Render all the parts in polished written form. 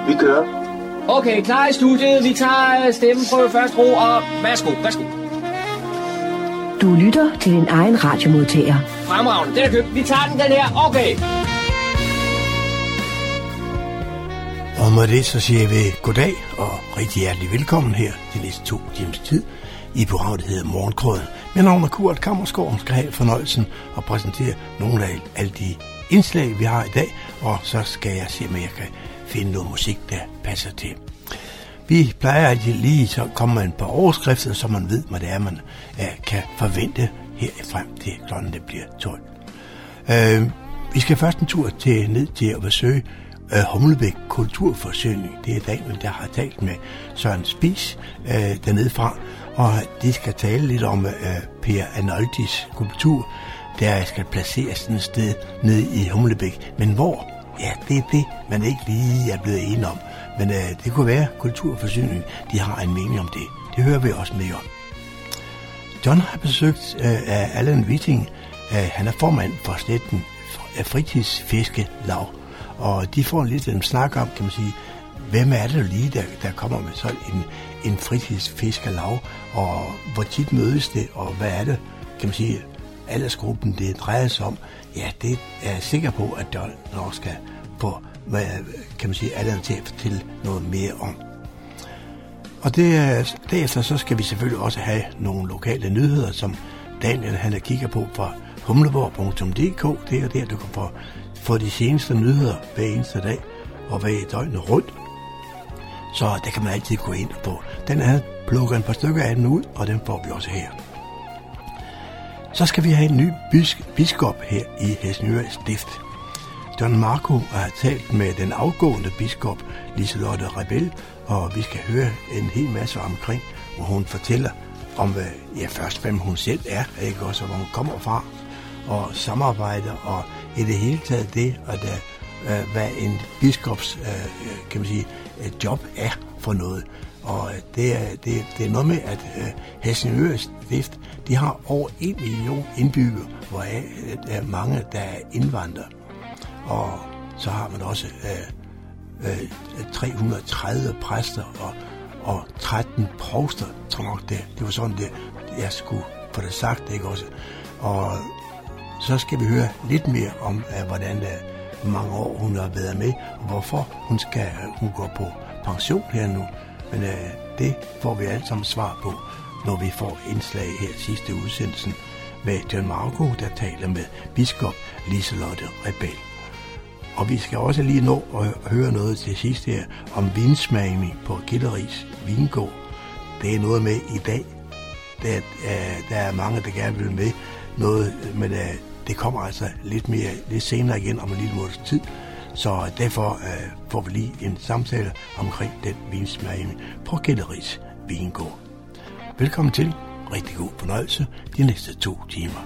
Vi kører. Okay, klar i studiet. Vi tager stemmeprøve først, ro, og værsgo. Du lytter til din egen radiomodtager. Fremragende, den er købt. Vi tager den her. Okay. Og med det så siger vi goddag og rigtig hjertelig velkommen her de næste 2 timers tid i programmet, der hedder Morgenkrøden. Mit navn er Kurt Kammersgaard, skal have fornøjelsen at præsentere nogle af alle de indslag, vi har i dag, og så skal jeg se, om jeg kan finde noget musik, der passer til. Vi plejer altid lige så komme med et par overskrifter, så man ved, hvad det er, man kan forvente her frem til klokken det bliver 12. Vi skal først en tur ned til at besøge Humlebæk Kulturforsyning. Det er Daniel, der har talt med Søren Spies dernede fra, og de skal tale lidt om Per Arnoldis skulptur, der skal placeres et sted nede i Humlebæk. Men hvor? Ja, det er det, man ikke lige er blevet enige om. Men det kunne være Kulturforsyning, de har en mening om det. Det hører vi også mere om. John har besøgt af Allan Witting. Han er formand for Sletten Fritidsfiskelaug. Og de får lidt en snak om, kan man sige, hvem er det lige, der kommer med sådan en fritidsfiskelaug, og hvor tit mødes det, og hvad er det, kan man sige, aldersgruppen det drejer sig om. Ja, det er jeg sikker på, at der nok skal få, kan man sige, alderen til at fortælle noget mere om. Og derefter så skal vi selvfølgelig også have nogle lokale nyheder, som Daniel han kigger på fra humleborg.dk. Det er der, du kan få de seneste nyheder hver eneste dag og hver døgnet rundt. Så der kan man altid gå ind på. Den er plukket et par stykker af den ud, og den får vi også her. Så skal vi have en ny biskop her i Helsingør Stift. Don Marco har talt med den afgående biskop Liselotte Rebel, og vi skal høre en hel masse omkring, hvor hun fortæller om, først hvem hun selv er, ikke også, hvor hun kommer fra, og samarbejder, og i det hele taget det, at hvad en biskops kan man sige, job er for noget. Og det er noget med, at Helsingør Stift, de har over 1 million indbyggere, hvoraf der er mange, der er indvandrere. Og så har man også 330 præster og 13 provster, tror jeg nok det var sådan, det jeg skulle få det sagt, ikke også? Og så skal vi høre lidt mere om, hvordan mange år hun har været med, og hvorfor hun går på pension her nu. Men det får vi alle sammen svar på, når vi får indslag her sidste udsendelsen med John Marco, der taler med biskop Liselotte Rebel. Og vi skal også lige nå at høre noget til sidst her om vinsmagning på Gitteris Vingård. Det er noget med i dag. Der er mange, der gerne vil med noget, men det kommer altså lidt senere igen om en lille måneds tid. Så derfor får vi lige en samtale omkring den vinsmagning på Gitteris Vingård. Velkommen til. Rigtig god fornøjelse de næste 2 timer.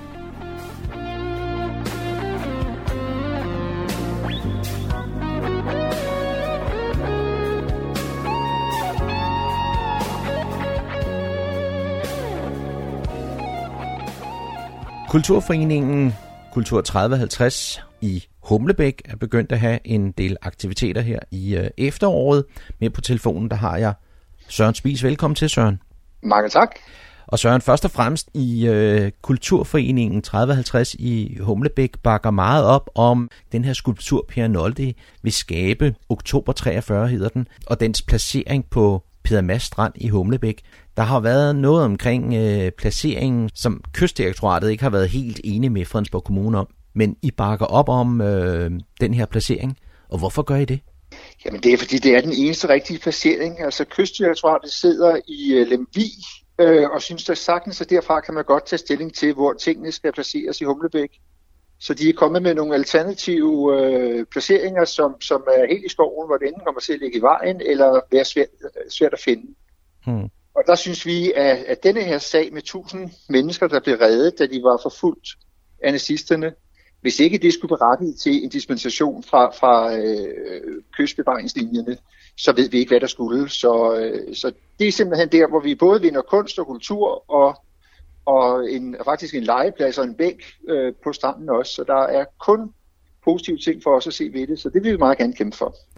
Kulturforeningen Kultur 3050 i Humlebæk er begyndt at have en del aktiviteter her i efteråret. Med på telefonen, der har jeg Søren Spies. Velkommen til, Søren. Mange tak. Og Søren, først og fremmest i Kulturforeningen 3050 i Humlebæk bakker meget op om den her skulptur, Per Arnoldi vil skabe. Oktober 43 hedder den, og dens placering på Peder Mads Strand i Humlebæk. Der har været noget omkring placeringen, som Kystdirektoratet ikke har været helt enige med Fredensborg Kommune om. Men I bakker op om den her placering, og hvorfor gør I det? Jamen det er, fordi det er den eneste rigtige placering. Altså Kystdirektoratet sidder i Lemvig og synes der sagtens, at derfra kan man godt tage stilling til, hvor tingene skal placeres i Humlebæk. Så de er kommet med nogle alternative placeringer, som er helt i skoven, hvor det enten kommer til at ligge i vejen, eller være svært at finde. Og der synes vi, at denne her sag med 1000 mennesker, der blev reddet, da de var forfulgt af nazisterne, hvis ikke det skulle berettige til en dispensation fra kystbevaringslinjerne, så ved vi ikke, hvad der skulle. Så det er simpelthen der, hvor vi både vinder kunst og kultur, og faktisk en legeplads og en bænk på stranden også. Så der er kun positive ting for os at se ved det, så det vil vi meget gerne kæmpe for.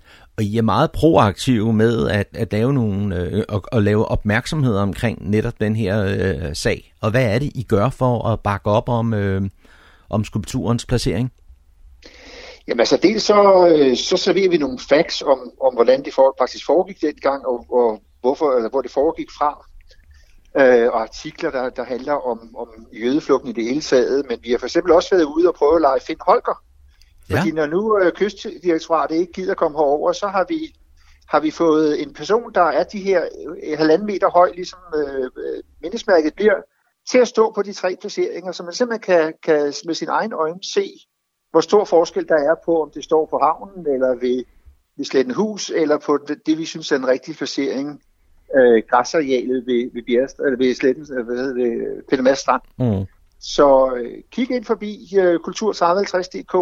Og I er meget proaktive med at lave nogle og lave opmærksomhed omkring netop den her sag. Og hvad er det, I gør for at bakke op om skulpturens placering? Jamen altså, dels så serverer vi nogle facts om hvordan det faktisk foregik dengang, og hvor det foregik fra. Og artikler, der handler om jødeflugten i det hele taget. Men vi har for eksempel også været ude og prøve at lege Finn Holger. Fordi når nu Kystdirektoratet ikke gider komme herover, så har vi fået en person, der er de her 1,5 meter høj, ligesom mindesmærket bliver, til at stå på de 3 placeringer, så man simpelthen kan med sin egen øjne se, hvor stor forskel der er på, om det står på havnen, eller ved Slettenhus, eller på det vi synes er en rigtig placering, græsarealet ved Slettens, ved Peter Madsen Strand. Mm. Så kig ind forbi kultur350.dk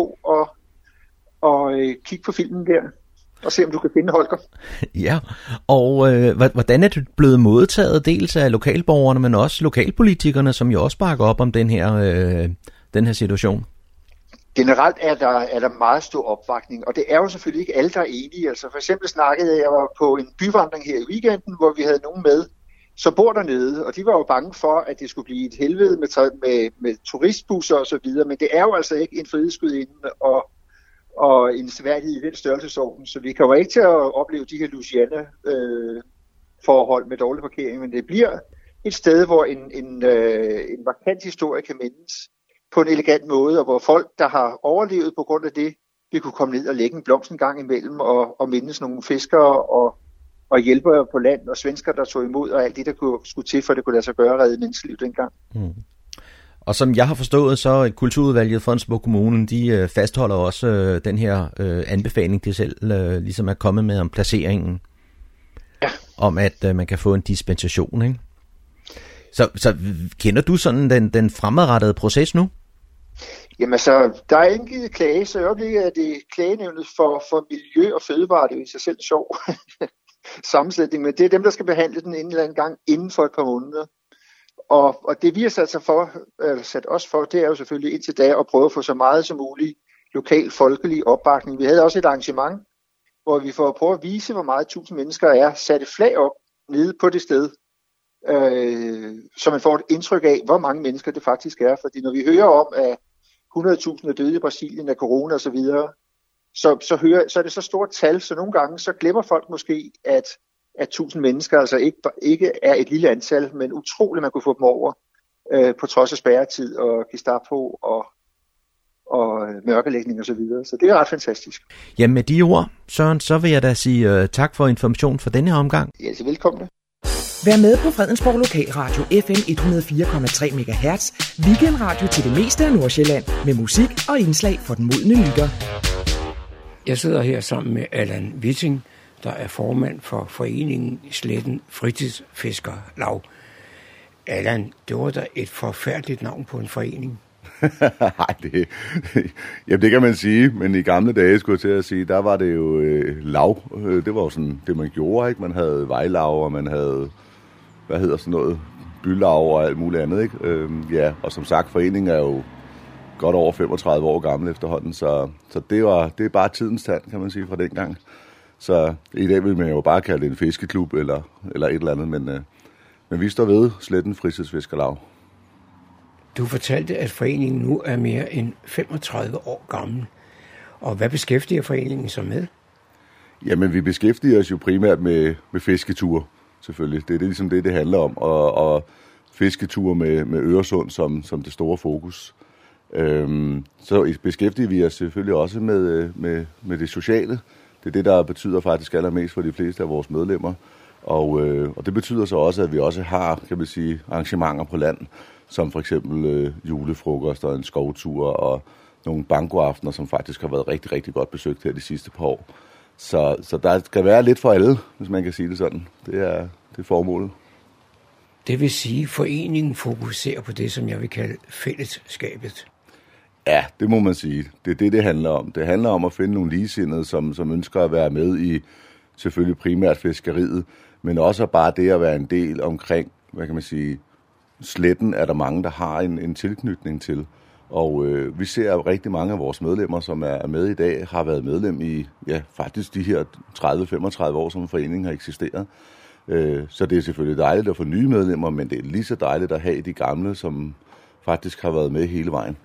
og kig på filmen der, og se om du kan finde Holger. Ja, og hvordan er det blevet modtaget dels af lokalborgerne, men også lokalpolitikerne, som jo også bakker op om den her situation? Generelt er der meget stor opbakning, og det er jo selvfølgelig ikke alle, der er enige. Altså for eksempel snakkede jeg på en byvandring her i weekenden, hvor vi havde nogen med, som bor dernede, og de var jo bange for, at det skulle blive et helvede med turistbusser og så videre, men det er jo altså ikke en frihedsgudinde og en seværdighed i den størrelsesorden, så vi kommer ikke til at opleve de her Louisiana-forhold med dårlig parkering, men det bliver et sted, hvor en markant historie kan mindes på en elegant måde, og hvor folk, der har overlevet på grund af det, vil kunne komme ned og lægge en blomst en gang imellem og mindes nogle fiskere og hjælpere på land, og svensker, der tog imod, og alt det, der skulle til, for det kunne lade sig gøre at redde menneskeliv dengang. Mm. Og som jeg har forstået, så Kulturudvalget for Fredensborg Kommune, de fastholder også den her anbefaling, de selv ligesom er kommet med om placeringen. Ja. Om at man kan få en dispensation, ikke? Så kender du sådan den fremadrettede proces nu? Jamen altså, der er indgivet klage, så i øjeblikket er det klagenævnet for miljø og fødevare, det er jo i sig selv sjov sammensætning, men det er dem, der skal behandle den en eller anden gang inden for et par måneder. Og det vi har sat os for, det er jo selvfølgelig indtil da at prøve at få så meget som muligt lokal folkelig opbakning. Vi havde også et arrangement, hvor vi for at prøve at vise, hvor meget 1000 mennesker er, satte flag op nede på det sted, så man får et indtryk af, hvor mange mennesker det faktisk er. Fordi når vi hører om, at 100.000 er døde i Brasilien af corona osv., så er det så stort tal, så nogle gange så glemmer folk måske, at 1000 mennesker altså ikke er et lille antal, men utroligt, man kunne få dem over på trods af spærretid og Gestapo og mørkelægning og så videre. Så det er ret fantastisk. Jamen med de ord, Søren, så vil jeg da sige tak for information for denne her omgang. Ja, så velkommen. Vær med på Fredensborg Lokalradio FM 104,3 MHz, weekendradio til det meste af Nordsjælland, med musik og indslag for den modne lytter. Jeg sidder her sammen med Allan Witting, der er formand for foreningen Sletten Fritidsfiskerlaug. Allan, det var da et forfærdeligt navn på en forening. Nej, det kan man sige, men i gamle dage, skulle jeg til at sige, der var det jo lav. Det var jo sådan det, man gjorde, ikke? Man havde vejlaug, og man havde, bylaug og alt muligt andet, ikke? Ja, og som sagt, foreningen er jo godt over 35 år gammel efterhånden, så det er bare tidens tand, kan man sige, fra dengang. Så i dag vil man jo bare kalde det en fiskeklub eller et eller andet, men vi står ved Sletten Fritidsfiskerlaug. Du fortalte, at foreningen nu er mere end 35 år gammel. Og hvad beskæftiger foreningen sig med? Jamen, vi beskæftiger os jo primært med fisketure, selvfølgelig. Det er ligesom det handler om. Og fisketure med Øresund som det store fokus. Så beskæftiger vi os selvfølgelig også med det sociale. Det er det, der betyder faktisk allermest for de fleste af vores medlemmer. Og det betyder så også, at vi også har, kan man sige, arrangementer på land, som for eksempel julefrokost og en skovtur og nogle bankoaftener, som faktisk har været rigtig, rigtig godt besøgt her de sidste par år. Så der skal være lidt for alle, hvis man kan sige det sådan. Det er formålet. Det vil sige, at foreningen fokuserer på det, som jeg vil kalde fællesskabet. Ja, det må man sige. Det er det handler om. Det handler om at finde nogle ligesindede, som ønsker at være med i selvfølgelig primært fiskeriet, men også bare det at være en del omkring, hvad kan man sige, Sletten er der mange, der har en tilknytning til. Og vi ser rigtig mange af vores medlemmer, som er med i dag, har været medlem i faktisk de her 30-35 år, som foreningen har eksisteret. Så det er selvfølgelig dejligt at få nye medlemmer, men det er lige så dejligt at have de gamle, som faktisk har været med hele vejen.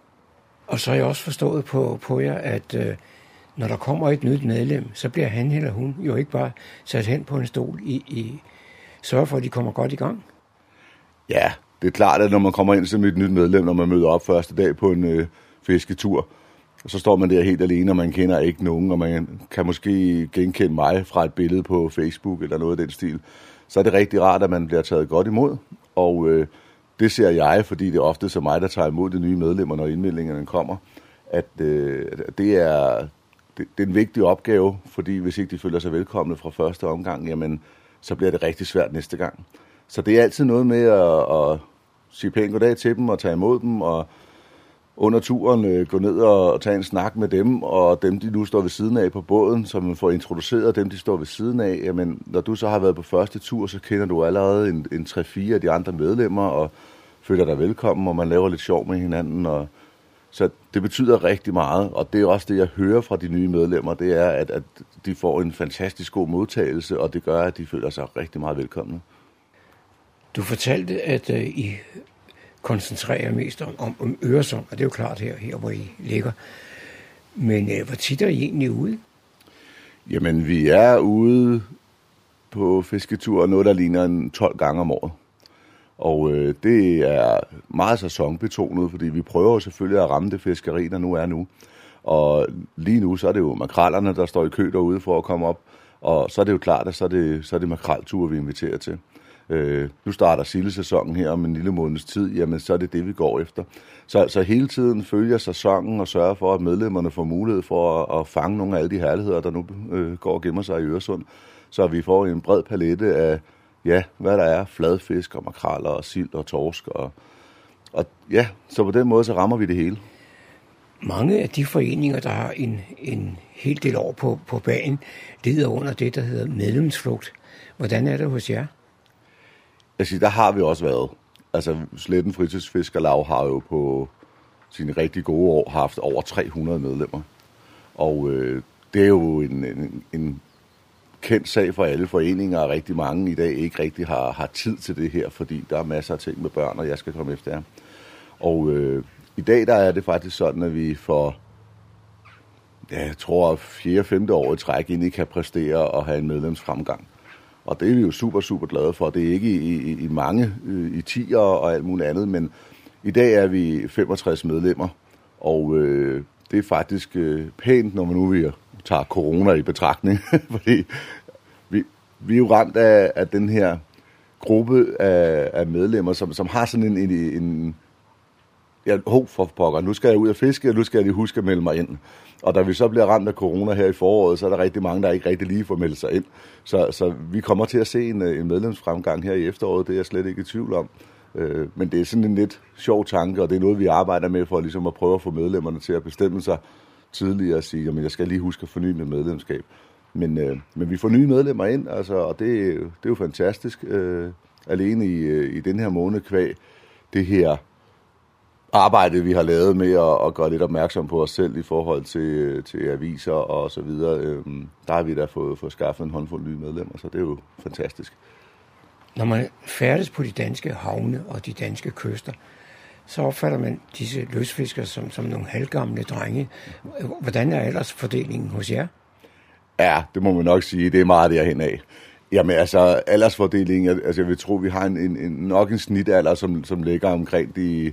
Og så har jeg også forstået på jer, at når der kommer et nyt medlem, så bliver han eller hun jo ikke bare sat hen på en stol i sørge for, at de kommer godt i gang. Ja, det er klart, at når man kommer ind som et nyt medlem, når man møder op første dag på en fisketur, og så står man der helt alene, og man kender ikke nogen, og man kan måske genkende mig fra et billede på Facebook eller noget af den stil, så er det rigtig rart, at man bliver taget godt imod. Og det ser jeg, fordi det er ofte så mig, der tager imod de nye medlemmer, når indmeldingerne kommer, at det er en vigtig opgave, fordi hvis ikke de føler sig velkomne fra første omgang, jamen, så bliver det rigtig svært næste gang. Så det er altid noget med at sige pænt goddag til dem og tage imod dem, og under turen gå ned og tage en snak med dem, og dem, de nu står ved siden af på båden, så man får introduceret dem, de står ved siden af. Jamen, når du så har været på første tur, så kender du allerede en 3-4 af de andre medlemmer, og føler dig velkommen, og man laver lidt sjov med hinanden. Og så det betyder rigtig meget, og det er også det, jeg hører fra de nye medlemmer, det er, at de får en fantastisk god modtagelse, og det gør, at de føler sig rigtig meget velkomne. Du fortalte, at I koncentrerer mest om Øresund, og det er jo klart her hvor I ligger. Men hvor tit er I egentlig ude? Jamen, vi er ude på fisketur, noget der ligner 12 gange om året. Og det er meget sæsonbetonet, fordi vi prøver selvfølgelig at ramme det fiskeri, der nu er nu. Og lige nu, så er det jo makrellerne, der står i kø derude for at komme op. Og så er det jo klart, at så er det makrelture, vi inviterer til. Nu starter sildesæsonen her om en lille måneds tid, jamen så er det, vi går efter. Så hele tiden følger sæsonen og sørger for, at medlemmerne får mulighed for at fange nogle af alle de herligheder, der nu går og gemmer sig i Øresund. Så vi får en bred palette af, hvad der er, fladfisk og makreller og sild og torsk. Og så på den måde, så rammer vi det hele. Mange af de foreninger, der har en hel del år på bagen, lider under det, der hedder medlemsflugt. Hvordan er det hos jer? Altså, der har vi også været. Altså, Sletten Fritidsfiskerlaug har jo på sine rigtig gode år haft over 300 medlemmer. Og det er jo en kendt sag for alle foreninger, og rigtig mange i dag ikke rigtig har tid til det her, fordi der er masser af ting med børn, og jeg skal komme efter jer. Og i dag der er det faktisk sådan, at vi for, jeg tror, 4-5. år i træk egentlig kan præstere og have en medlemsfremgang. Og det er vi jo super, super glade for. Det er ikke i mange, i 10'er og alt muligt andet, men i dag er vi 65 medlemmer, og det er faktisk pænt, når man nu tager corona i betragtning, fordi vi er jo ramt af den her gruppe af medlemmer, som har sådan en for pokker, nu skal jeg ud og fiske, og nu skal jeg lige huske at melde mig ind. Og da vi så bliver ramt af corona her i foråret, så er der rigtig mange, der ikke rigtig lige får meldt sig ind. Så vi kommer til at se en medlemsfremgang her i efteråret, det er jeg slet ikke i tvivl om. Men det er sådan en lidt sjov tanke, og det er noget, vi arbejder med for ligesom at prøve at få medlemmerne til at bestemme sig tidligere og sige, at jeg skal lige huske at forny mit medlemskab. Men vi får nye medlemmer ind, altså, og det er jo fantastisk. Alene i den her måned kvæg, det her arbejde, vi har lavet med at gøre lidt opmærksom på os selv i forhold til aviser og så videre, der har vi da fået skaffet en håndfuld nye medlemmer, så det er jo fantastisk. Når man færdes på de danske havne og de danske kyster, så opfatter man disse løsfiskere som nogle halvgamle drenge. Hvordan er aldersfordelingen hos jer? Ja, det må man nok sige. Det er meget derhen af. Jamen altså, aldersfordelingen, altså jeg vil tro, vi har nok en snitalder, som ligger omkring de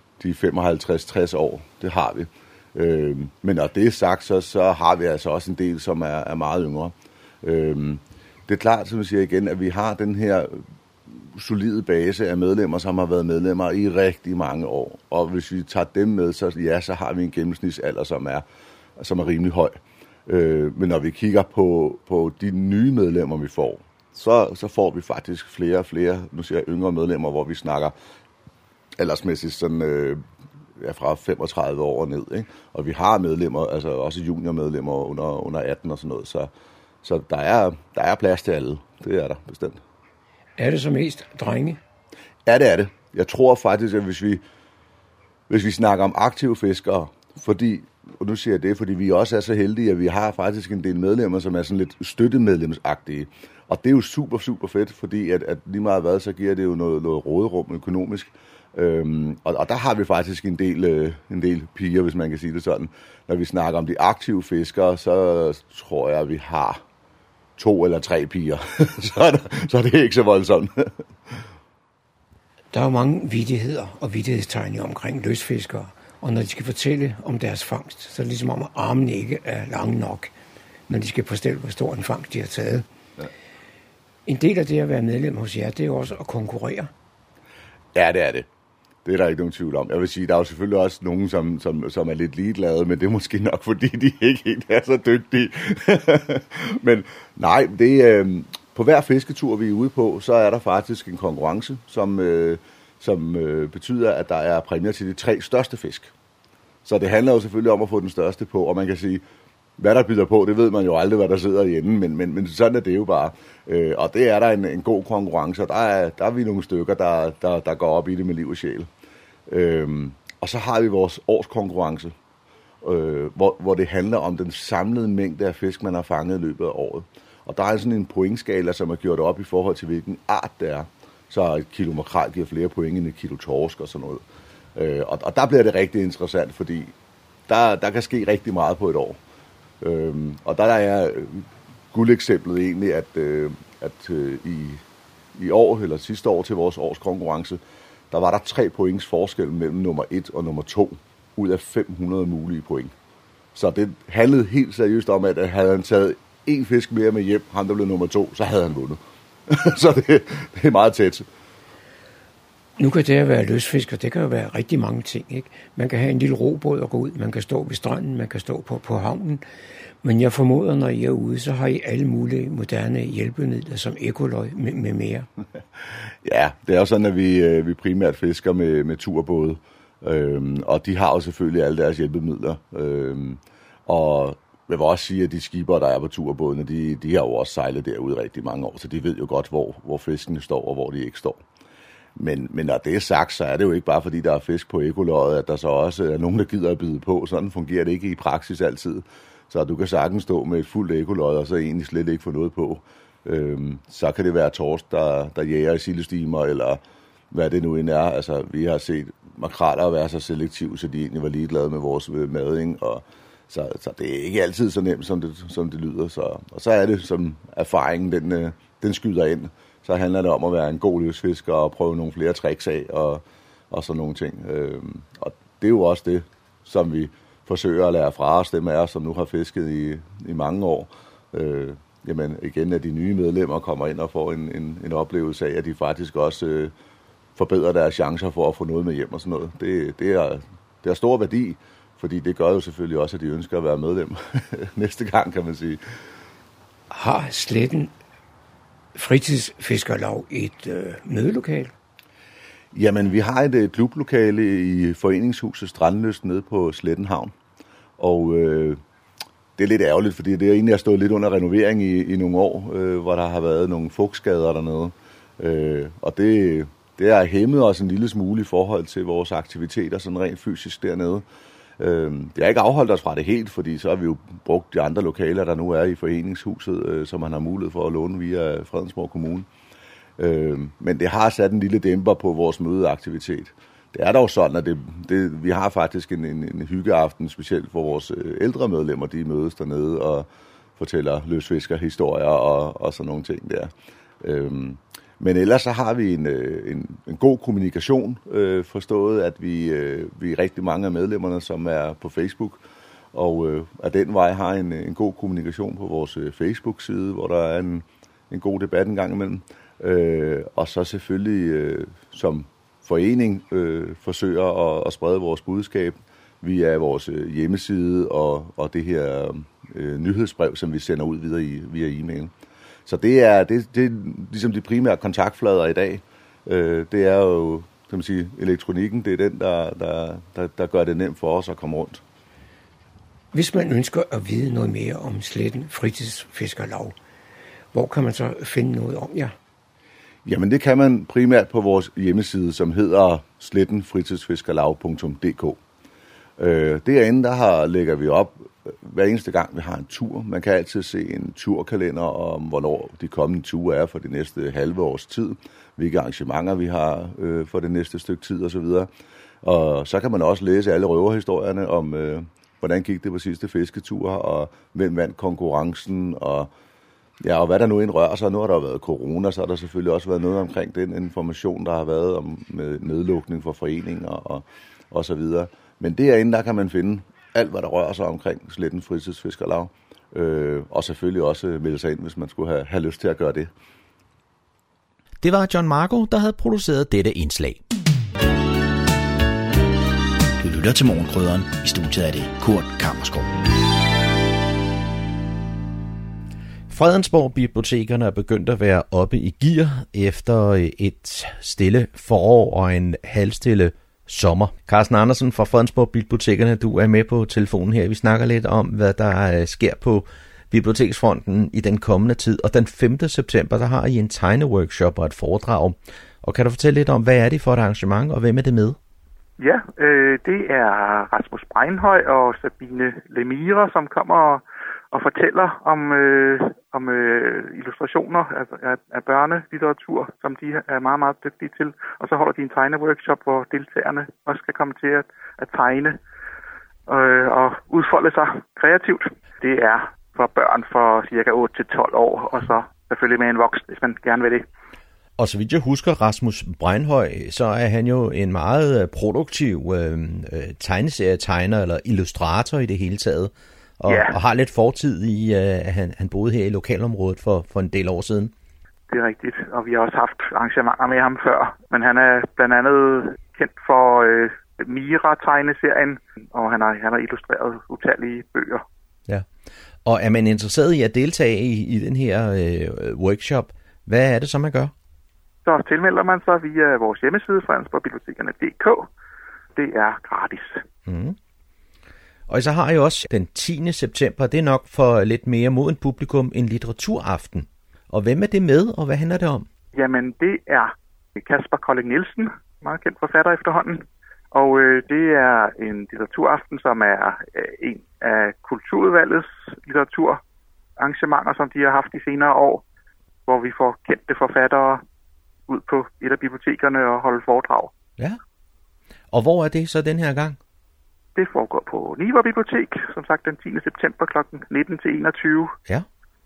55-60 år. Det har vi. Men når det er sagt, så har vi altså også en del, som er meget yngre. Det er klart, som jeg siger igen, at vi har den her solide base af medlemmer, som har været medlemmer i rigtig mange år. Og hvis vi tager dem med, så har vi en gennemsnitsalder, som er rimelig høj. Men når vi kigger på de nye medlemmer, vi får, så får vi faktisk flere og flere, nu siger jeg yngre medlemmer, hvor vi snakker aldersmæssigt sådan, fra 35 år og ned. Ikke? Og vi har medlemmer, altså også juniormedlemmer under 18 og sådan noget, så der er plads til alle. Det er der bestemt. Er det så mest drenge? Ja, det er det. Jeg tror faktisk, at Hvis vi snakker om aktive fiskere, og nu siger jeg det, fordi vi også er så heldige, at vi har faktisk en del medlemmer, som er sådan lidt støttemedlemsagtige. Og det er jo super, super fedt, fordi at lige meget hvad, så giver det jo noget råderum økonomisk. Og der har vi faktisk en del piger, hvis man kan sige det sådan. Når vi snakker om de aktive fiskere, så tror jeg, at vi har 2 eller 3 piger. så er det ikke så voldsomt. Der er jo mange vittigheder og vittighedstegn omkring lystfiskere. Og når de skal fortælle om deres fangst, så er det ligesom om, at armene ikke er lange nok, når de skal fortælle, hvor stor en fangst de har taget. Ja. En del af det at være medlem hos jer, det er jo også at konkurrere. Ja, det er det. Det er der ikke nogen tvivl om. Jeg vil sige, der er jo selvfølgelig også nogen, som er lidt ligeglade, men det er måske nok, fordi de ikke helt er så dygtige. Men nej, på hver fisketur, vi er ude på, så er der faktisk en konkurrence, som betyder, at der er præmier til de 3 største fisk. Så det handler jo selvfølgelig om at få den største på, og man kan sige, hvad der byder på, det ved man jo aldrig, hvad der sidder i enden, men sådan er det jo bare. Og det er der en god konkurrence, og der er vi nogle stykker, der går op i det med liv og sjæl. Og så har vi vores årskonkurrence, hvor det handler om den samlede mængde af fisk, man har fanget i løbet af året. Og der er sådan en pointskala, som er gjort op i forhold til, hvilken art det er. Så 1 kilo makrel giver flere point end 1 kilo torsk og sådan noget. Og der bliver det rigtig interessant, fordi der kan ske rigtig meget på et år. Og der er guldeksemplet egentlig, at i år, eller sidste år til vores årskonkurrence, der var der 3 points forskel mellem nummer 1 og nummer 2 ud af 500 mulige point. Så det handlede helt seriøst om, at havde han taget 1 fisk mere med hjem, han der blev nummer 2, så havde han vundet. Så det er meget tæt. Nu kan det at være lystfisker, det kan jo være rigtig mange ting, ikke? Man kan have en lille robåd og gå ud, man kan stå ved stranden, man kan stå på havnen. Men jeg formoder, når I er ude, så har I alle mulige moderne hjælpemidler, som ekoløj med mere. Ja, det er jo sådan, at vi primært fisker med turbåde. Og de har jo selvfølgelig alle deres hjælpemidler. Og jeg vil også sige, at de skipper, der er på turbådene, de har jo også sejlet derude rigtig mange år, så de ved jo godt, hvor fiskene står og hvor de ikke står. Men når det er sagt, så er det jo ikke bare fordi, der er fisk på ekoløjet, at der så også er nogen, der gider at byde på. Sådan fungerer det ikke i praksis altid. Så du kan sagtens stå med et fuldt ekoløjet, og så egentlig slet ikke få noget på. Så kan det være torsk, der jager i sildestimer, eller hvad det nu end er. Altså, vi har set makraler være så selektive, så de egentlig var ligeglade med vores mading, og så det er ikke altid så nemt, som det lyder. Og så er det, som erfaringen, den skyder ind. Så handler det om at være en god lystfisker og prøve nogle flere tricks af og sådan nogle ting. Og det er jo også det, som vi forsøger at lære fra os, dem af os, som nu har fisket i mange år. Jamen igen, at de nye medlemmer kommer ind og får en oplevelse af, at de faktisk også forbedrer deres chancer for at få noget med hjem og sådan noget. Det er stor værdi, fordi det gør jo selvfølgelig også, at de ønsker at være medlem næste gang, kan man sige. Har Sletten Fritidsfiskerlaug et mødelokale? Jamen, vi har et klublokale i foreningshuset Strandlyst nede på Sletten Havn. Og det er lidt ærgerligt, fordi det er egentlig stået lidt under renovering i nogle år, hvor der har været nogle fugtskader dernede. Og det har hæmmet os en lille smule i forhold til vores aktiviteter, sådan rent fysisk dernede. Det har ikke afholdt os fra det helt, fordi så har vi jo brugt de andre lokaler, der nu er i foreningshuset, som man har mulighed for at låne via Fredensborg Kommune. Men det har sat en lille dæmper på vores mødeaktivitet. Det er dog sådan, at vi har faktisk en hyggeaften, specielt for vores ældre medlemmer, de mødes dernede og fortæller lystfiskerhistorier og sådan nogle ting der. Men ellers så har vi en god kommunikation, forstået, at vi er rigtig mange af medlemmerne, som er på Facebook, og af den vej har en god kommunikation på vores Facebook-side, hvor der er en god debat en gang imellem. Og så selvfølgelig som forening forsøger at sprede vores budskab via vores hjemmeside og det her nyhedsbrev, som vi sender ud videre via e-mail. Så det er ligesom de primære kontaktflader i dag. Det er jo, kan man sige, elektronikken, det er den, der gør det nemt for os at komme rundt. Hvis man ønsker at vide noget mere om Sletten Fritidsfiskerlaug, hvor kan man så finde noget om jer? Jamen det kan man primært på vores hjemmeside, som hedder slettenfritidsfiskerlav.dk. Derinde lægger vi op hver eneste gang, vi har en tur. Man kan altid se en turkalender om, hvornår de kommende ture er for det næste halve års tid, hvilke arrangementer vi har for det næste stykke tid osv. Og så kan man også læse alle røverhistorierne om, hvordan gik det på sidste fisketur, og hvem vandt konkurrencen, og hvad der nu indrører sig. Nu har der været corona, så har der selvfølgelig også været noget omkring den information, der har været om med nedlukning for foreninger og så videre. Men derinde, der kan man finde alt, hvad der rører sig omkring Sletten Fritidsfiskerlav. Og selvfølgelig også melde sig ind, hvis man skulle have lyst til at gøre det. Det var John Marco, der havde produceret dette indslag. Du lytter til Morgenkrydderen. I studiet er det Kurt Kammerskov. Fredensborg Bibliotekerne er begyndt at være oppe i gear efter et stille forår og en halvstille sommer. Carsten Andersen fra Fredensborg Bibliotekerne, du er med på telefonen her. Vi snakker lidt om, hvad der sker på biblioteksfronten i den kommende tid. Og den 5. september, der har I en tegneworkshop og et foredrag. Og kan du fortælle lidt om, hvad er det for et arrangement, og hvem er det med? Ja, det er Rasmus Breinhøj og Sabine Lemire, som kommer og fortæller om illustrationer af børnelitteratur, som de er meget, meget dygtige til. Og så holder de en tegneworkshop, hvor deltagerne også kan komme til at tegne og udfolde sig kreativt. Det er for børn fra cirka 8 til 12 år, og så selvfølgelig med en voksen, hvis man gerne vil det. Og så vidt jeg husker Rasmus Breinhøj, så er han jo en meget produktiv tegneserietegner eller illustrator i det hele taget. Og har lidt fortid i, at han boede her i lokalområdet for en del år siden. Det er rigtigt, og vi har også haft arrangementer med ham før. Men han er blandt andet kendt for Mira-tegneserien, og han har illustreret utallige bøger. Ja, og er man interesseret i at deltage i den her workshop, hvad er det så, man gør? Så tilmelder man sig via vores hjemmeside, fredensborgbibliotekerne.dk. Det er gratis. Mm. Og så har jeg også den 10. september, det er nok for lidt mere moden publikum, en litteraturaften. Og hvem er det med, og hvad handler det om? Jamen, det er Kasper Kolding Nielsen, meget kendt forfatter efterhånden. Og det er en litteraturaften, som er en af Kulturudvalgets litteraturarrangementer, som de har haft de senere år, hvor vi får kendte forfattere ud på et af bibliotekerne og holde foredrag. Ja, og hvor er det så den her gang? Det foregår på Niver Bibliotek, som sagt den 10. september kl. 19 til 21. Ja,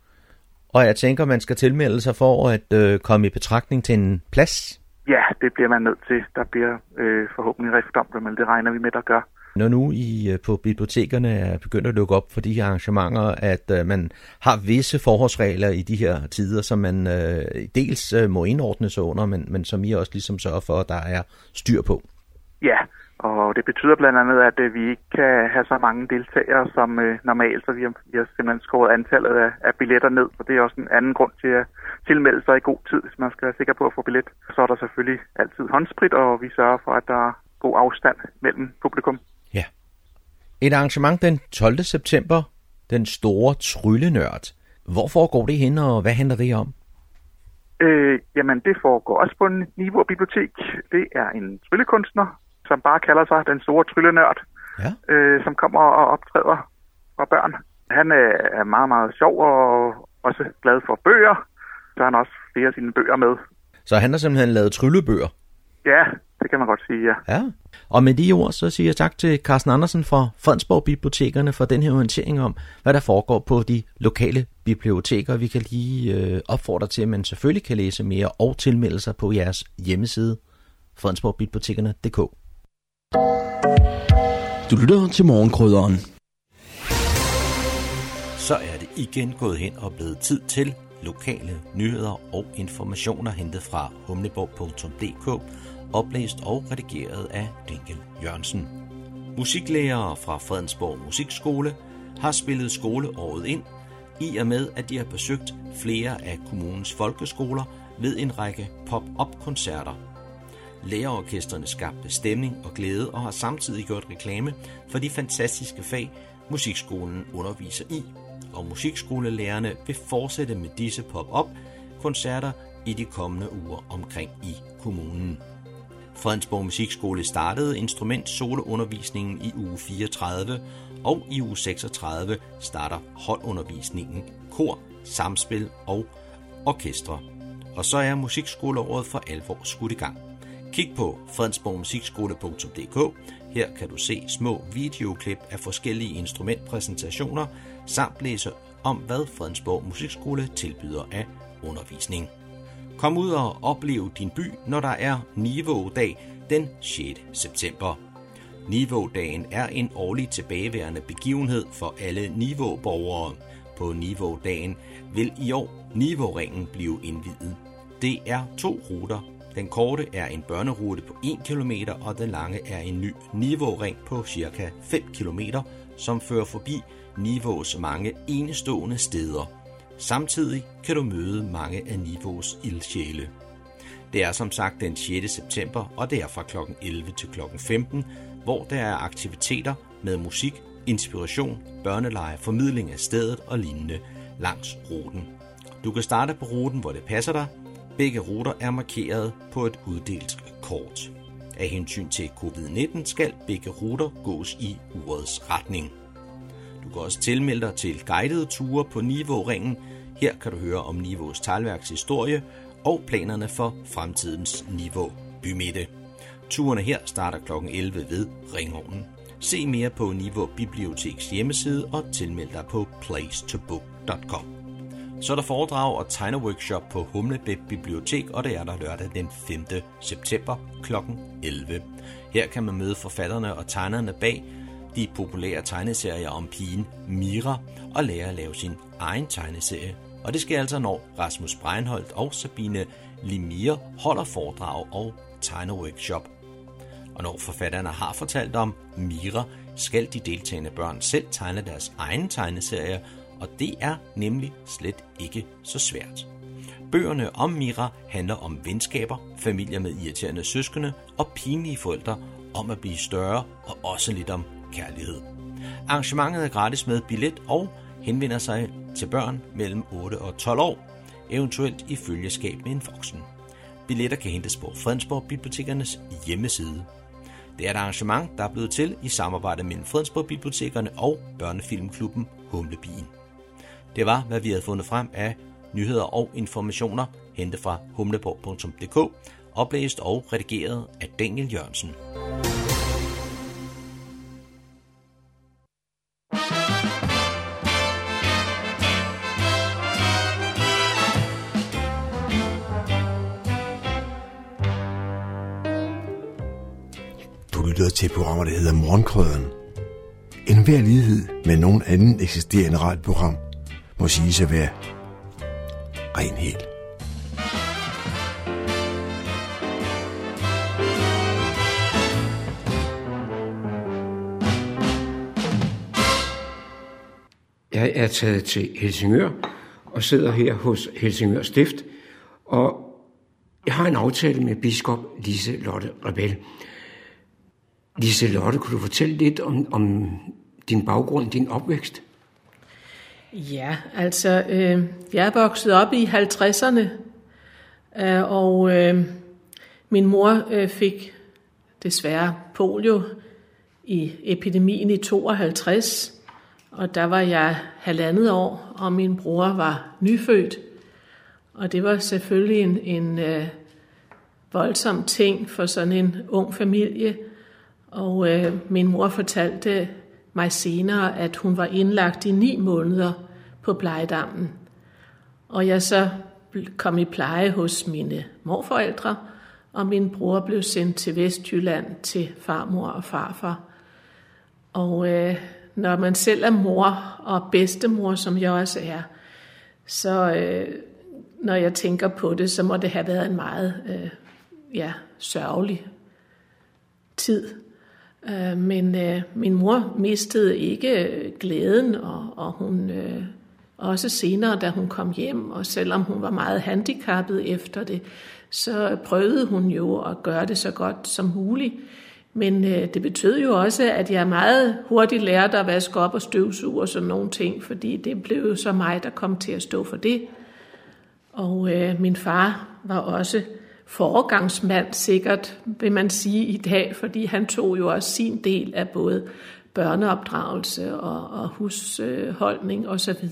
og jeg tænker, man skal tilmelde sig for at komme i betragtning til en plads. Ja, det bliver man nødt til. Der bliver forhåbentlig rift om det, men det regner vi med, der gør. Når nu I på bibliotekerne er begyndt at lukke op for de her arrangementer, at man har visse forholdsregler i de her tider, som man dels må indordne sig under, men som I også ligesom sørger for, at der er styr på. Ja, og det betyder blandt andet, at vi ikke kan have så mange deltagere som normalt, så vi har simpelthen skåret antallet af billetter ned, og det er også en anden grund til at tilmelde sig i god tid, hvis man skal være sikker på at få billet. Så er der selvfølgelig altid håndsprit, og vi sørger for, at der er god afstand mellem publikum. Ja. Et arrangement den 12. september, den store tryllenørd. Hvor foregår det hen, og hvad handler det om? Jamen, det foregår også på Niveau Bibliotek. Det er en tryllekunstner, som bare kalder sig den store tryllenørd, som kommer og optræder for børn. Han er meget, meget sjov og også glad for bøger, så han har også flere af sine bøger med. Så han har simpelthen lavet tryllebøger? Ja, det kan man godt sige, ja. Og med de ord, så siger jeg tak til Carsten Andersen fra Fredensborg Bibliotekerne for den her orientering om, hvad der foregår på de lokale biblioteker. Vi kan lige opfordre til, at man selvfølgelig kan læse mere og tilmelde sig på jeres hjemmeside, fredensborgbibliotekerne.dk. Du lytter til Morgenkrydderen. Så er det igen gået hen og blevet tid til lokale nyheder og informationer hentet fra humleborg.dk, oplæst og redigeret af Dinkel Jørgensen. Musiklærere fra Fredensborg Musikskole har spillet skoleåret ind, i og med at de har besøgt flere af kommunens folkeskoler ved en række pop-up-koncerter. Lærerorkestrene skabte stemning og glæde og har samtidig gjort reklame for de fantastiske fag, musikskolen underviser i. Og musikskolelærerne vil fortsætte med disse pop-up koncerter i de kommende uger omkring i kommunen. Fredensborg Musikskole startede instrument-soloundervisningen i uge 34, og i uge 36 starter holdundervisningen, kor, samspil og orkestre. Og så er musikskoleåret for alvor skudt i gang. Kig på fredensborgmusikskole.dk. Her kan du se små videoklip af forskellige instrumentpræsentationer, samt læse om, hvad Fredensborg Musikskole tilbyder af undervisning. Kom ud og oplev din by, når der er Nivå-dag den 6. september. Nivå-dagen er en årlig tilbageværende begivenhed for alle Nivå-borgere. På Nivå-dagen vil i år Nivå-ringen blive indviet. Det er 2 ruter. Den korte er en børnerute på 1 km, og den lange er en ny Nivå-ring på ca. 5 km, som fører forbi Nivås mange enestående steder. Samtidig kan du møde mange af Nivås ildsjæle. Det er som sagt den 6. september, og det er fra kl. 11 til kl. 15, hvor der er aktiviteter med musik, inspiration, børnelege, formidling af stedet og lignende langs ruten. Du kan starte på ruten, hvor det passer dig. Begge ruter er markeret på et uddelt kort. Af hensyn til covid-19 skal begge ruter gås i urets retning. Du kan også tilmelde dig til guidede ture på Nivå-ringen. Her kan du høre om Nivås teglværks historie og planerne for fremtidens Nivå bymidte. Turene her starter kl. 11 ved Ringholmen. Se mere på Nivå Biblioteks hjemmeside og tilmeld dig på placetobook.com. Så er der foredrag og tegneworkshop på Humlebæk Bibliotek, og det er der lørdag den 5. september kl. 11. Her kan man møde forfatterne og tegnerne bag de populære tegneserier om pigen Mira og lære at lave sin egen tegneserie. Og det sker altså, når Rasmus Breinholt og Sabine Lemire holder foredrag og tegneworkshop. Og når forfatterne har fortalt om Mira, skal de deltagende børn selv tegne deres egen tegneserier, og det er nemlig slet ikke så svært. Bøgerne om Mira handler om venskaber, familier med irriterende søskende og pinlige forældre, om at blive større og også lidt om kærlighed. Arrangementet er gratis med billet og henvender sig til børn mellem 8 og 12 år, eventuelt i følgeskab med en voksen. Billetter kan hentes på Fredensborg Bibliotekernes hjemmeside. Det er et arrangement, der er blevet til i samarbejde mellem Fredensborg Bibliotekerne og børnefilmklubben Humlebien. Det var, hvad vi havde fundet frem af nyheder og informationer, hentet fra humleborg.dk, oplæst og redigeret af Daniel Jørgensen. Du lytter til programmer, der hedder Morgenkrøderen. En hver lighed med nogen anden eksisterende radioprogram må siges at være ren helt. Jeg er taget til Helsingør og sidder her hos Helsingør Stift, og jeg har en aftale med biskop Lise-Lotte Rebel. Lise-Lotte, kunne du fortælle lidt om din baggrund, din opvækst? Ja, altså, jeg er vokset op i 50'erne, og min mor fik desværre polio i epidemien i 52, og der var jeg 1,5 år, og min bror var nyfødt. Og det var selvfølgelig en voldsom ting for sådan en ung familie. Og min mor fortalte mig senere, at hun var indlagt i 9 måneder på plejedammen. Og jeg så kom i pleje hos mine morforældre, og min bror blev sendt til Vestjylland til farmor og farfar. Og når man selv er mor og bedstemor, som jeg også er, så når jeg tænker på det, så må det have været en meget sørgelig tid. Men min mor mistede ikke glæden, og hun også senere, da hun kom hjem, og selvom hun var meget handicappet efter det, så prøvede hun jo at gøre det så godt som muligt. Men det betød jo også, at jeg meget hurtigt lærte at vaske op og støvsuge og sådan nogle ting, fordi det blev jo så mig, der kom til at stå for det. Og min far var også foregangsmand, sikkert vil man sige i dag, fordi han tog jo også sin del af både børneopdragelse og husholdning osv.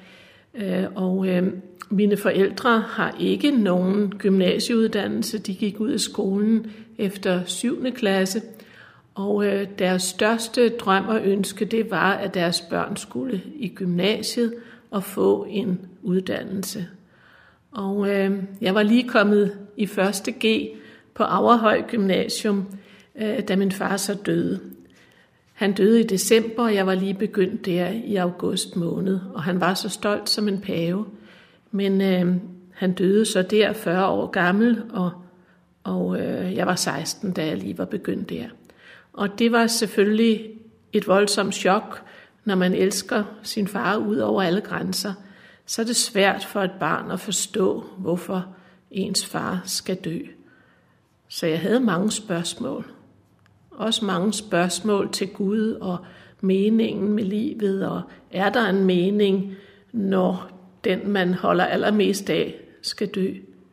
Og mine forældre har ikke nogen gymnasieuddannelse. De gik ud af skolen efter 7. klasse, og deres største drøm og ønske, det var, at deres børn skulle i gymnasiet og få en uddannelse. Og jeg var lige kommet i 1. G på Averhøj Gymnasium, da min far så døde. Han døde i december, og jeg var lige begyndt der i august måned, og han var så stolt som en pave. Men han døde så der 40 år gammel, og jeg var 16, da jeg lige var begyndt der. Og det var selvfølgelig et voldsomt chok, når man elsker sin far ud over alle grænser. Så er det svært for et barn at forstå, hvorfor ens far skal dø. Så jeg havde mange spørgsmål. Også mange spørgsmål til Gud og meningen med livet, og er der en mening, når den, man holder allermest af, skal dø?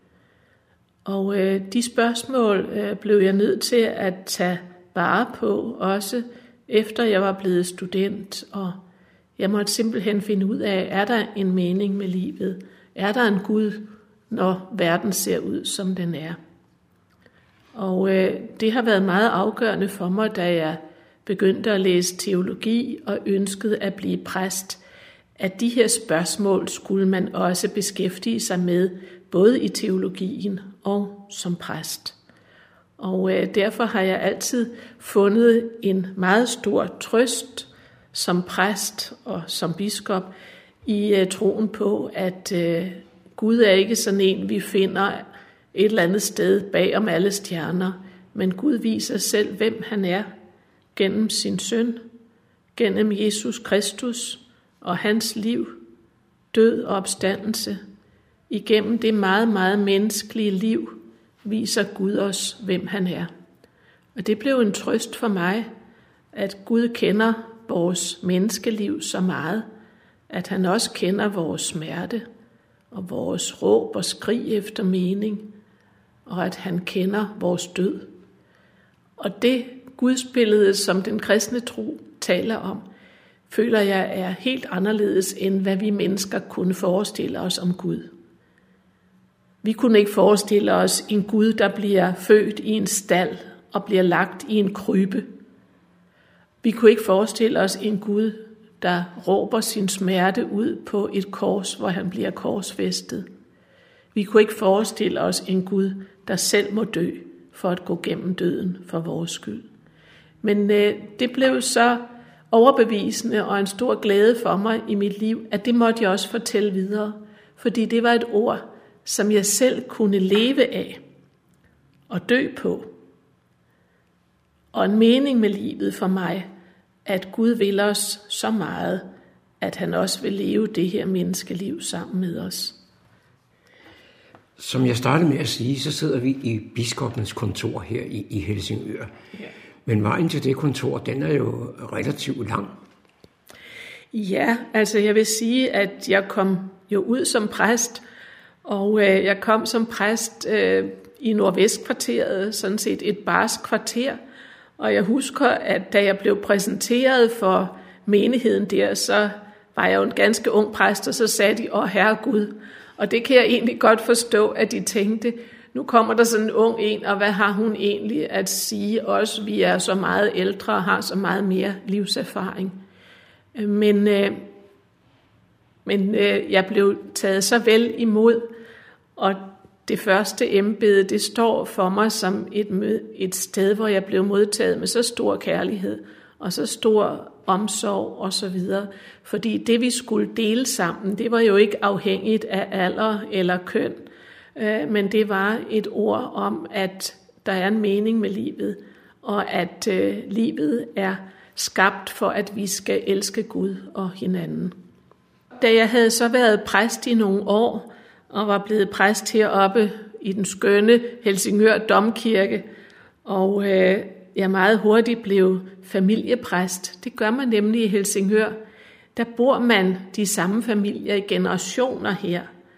Og de spørgsmål blev jeg nødt til at tage vare på, også efter jeg var blevet student, og jeg måtte simpelthen finde ud af, er der en mening med livet? Er der en Gud, når verden ser ud, som den er? Og det har været meget afgørende for mig, da jeg begyndte at læse teologi og ønskede at blive præst, at de her spørgsmål skulle man også beskæftige sig med, både i teologien og som præst. Og derfor har jeg altid fundet en meget stor trøst som præst og som biskop i troen på, at Gud er ikke sådan en, vi finder et eller andet sted bag om alle stjerner, men Gud viser selv, hvem han er, gennem sin søn, gennem Jesus Kristus og hans liv, død og opstandelse. Igennem det meget, meget menneskelige liv viser Gud os, hvem han er. Og det blev en trøst for mig, at Gud kender vores menneskeliv så meget, at han også kender vores smerte og vores råb og skrig efter mening, og at han kender vores død. Og det gudsbillede, som den kristne tro taler om, føler jeg er helt anderledes, end hvad vi mennesker kunne forestille os om Gud. Vi kunne ikke forestille os en Gud, der bliver født i en stald og bliver lagt i en krybe. Vi kunne ikke forestille os en Gud, der råber sin smerte ud på et kors, hvor han bliver korsfæstet. Vi kunne ikke forestille os en Gud, der selv må dø for at gå gennem døden for vores skyld. Men det blev så overbevisende og en stor glæde for mig i mit liv, at det måtte jeg også fortælle videre, fordi det var et ord, som jeg selv kunne leve af og dø på. Og en mening med livet for mig, at Gud vil os så meget, at han også vil leve det her menneskeliv sammen med os. Som jeg startede med at sige, så sidder vi i biskoppens kontor her i Helsingør. Ja. Men vejen til det kontor, den er jo relativt lang. Ja, altså jeg vil sige, at jeg kom jo ud som præst, og jeg kom som præst i Nordvestkvarteret, sådan set et barsk kvarter. Og jeg husker, at da jeg blev præsenteret for menigheden der, så var jeg jo en ganske ung præst, og så sagde de, Herregud. Og det kan jeg egentlig godt forstå, at de tænkte, nu kommer der sådan en ung en, og hvad har hun egentlig at sige os? Vi er så meget ældre og har så meget mere livserfaring. Men jeg blev taget så vel imod, og det første embede, det står for mig som et sted, hvor jeg blev modtaget med så stor kærlighed og så stor omsorg og så videre. Fordi det, vi skulle dele sammen, det var jo ikke afhængigt af alder eller køn, men det var et ord om, at der er en mening med livet, og at livet er skabt for, at vi skal elske Gud og hinanden. Da jeg havde så været præst i nogle år, og var blevet præst heroppe i den skønne Helsingør Domkirke, og jeg meget hurtigt blev familiepræst. Det gør man nemlig i Helsingør. Der bor man de samme familier i generationer her.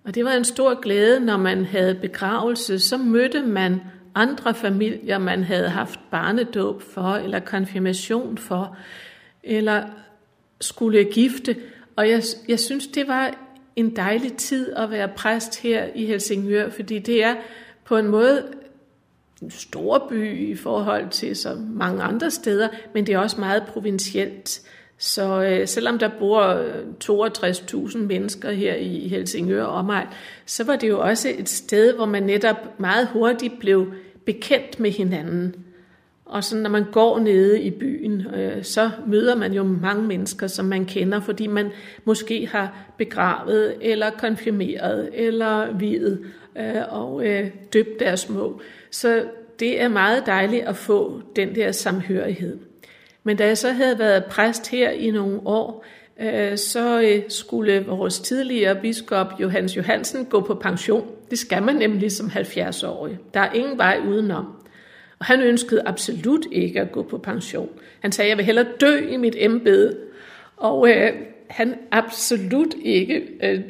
Og det var en stor glæde, når man havde begravelse, så mødte man andre familier, man havde haft barnedåb for, eller konfirmation for, eller skulle gifte. Og jeg synes, det var en dejlig tid at være præst her i Helsingør, fordi det er på en måde en stor by i forhold til så mange andre steder, men det er også meget provincielt. Så selvom der bor 62.000 mennesker her i Helsingør og omegn, så var det jo også et sted, hvor man netop meget hurtigt blev bekendt med hinanden. Og så når man går nede i byen, så møder man jo mange mennesker, som man kender, fordi man måske har begravet, eller konfirmeret, eller viet og døbt deres små. Så det er meget dejligt at få den der samhørighed. Men da jeg så havde været præst her i nogle år, så skulle vores tidligere biskop Johannes Johansen gå på pension. Det skal man nemlig som 70-årig. Der er ingen vej udenom. Og han ønskede absolut ikke at gå på pension. Han sagde, jeg vil hellere dø i mit embede. Og han absolut ikke,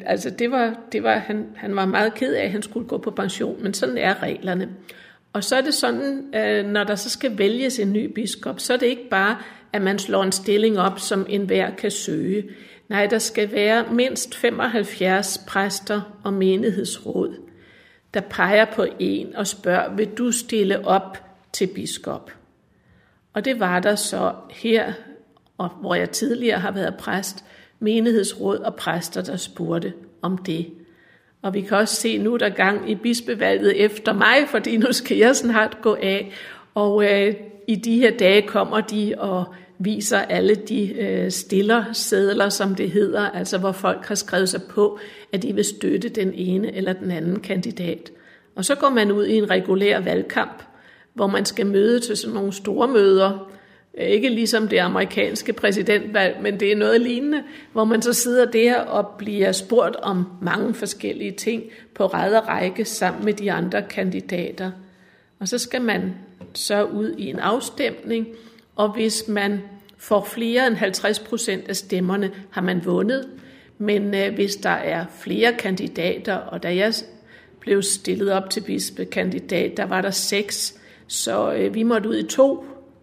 han var meget ked af, at han skulle gå på pension, men sådan er reglerne. Og så er det sådan, når der så skal vælges en ny biskop, så er det ikke bare, at man slår en stilling op, som enhver kan søge. Nej, der skal være mindst 75 præster og menighedsråd, der peger på en og spørger, vil du stille op til biskop? Og det var der så her, og hvor jeg tidligere har været præst, menighedsråd og præster, der spurgte om det. Og vi kan også se, nu der gang i bispevalget efter mig, fordi nu skal jeg snart gå af. Og i de her dage kommer de og viser alle de stillersedler, som det hedder, altså hvor folk har skrevet sig på, at de vil støtte den ene eller den anden kandidat. Og så går man ud i en regulær valgkamp, hvor man skal møde til sådan nogle store møder. Ikke ligesom det amerikanske præsidentvalg, men det er noget lignende, hvor man så sidder der og bliver spurgt om mange forskellige ting på ræd og række sammen med de andre kandidater. Og så skal man så ud i en afstemning, og hvis man får flere end 50% af stemmerne, har man vundet. Men hvis der er flere kandidater, og da jeg blev stillet op til bispekandidat, der var der 6, så vi måtte ud i 2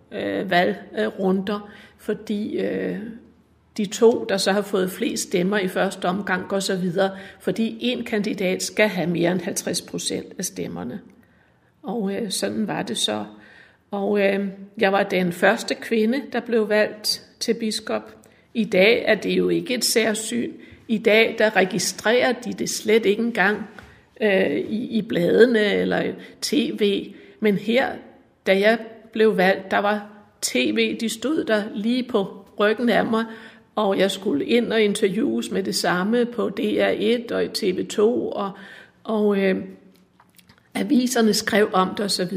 valgrunder, fordi de 2, der så har fået flest stemmer i første omgang, går så videre, fordi en kandidat skal have mere end 50% af stemmerne. Og sådan var det så. Og jeg var den første kvinde, der blev valgt til biskop. I dag er det jo ikke et særsyn. I dag, der registrerer de det slet ikke engang i bladene eller tv. Men her, da jeg blev valgt, der var tv, de stod der lige på ryggen af mig, og jeg skulle ind og interviews med det samme på DR1 og i TV2, og aviserne skrev om det osv.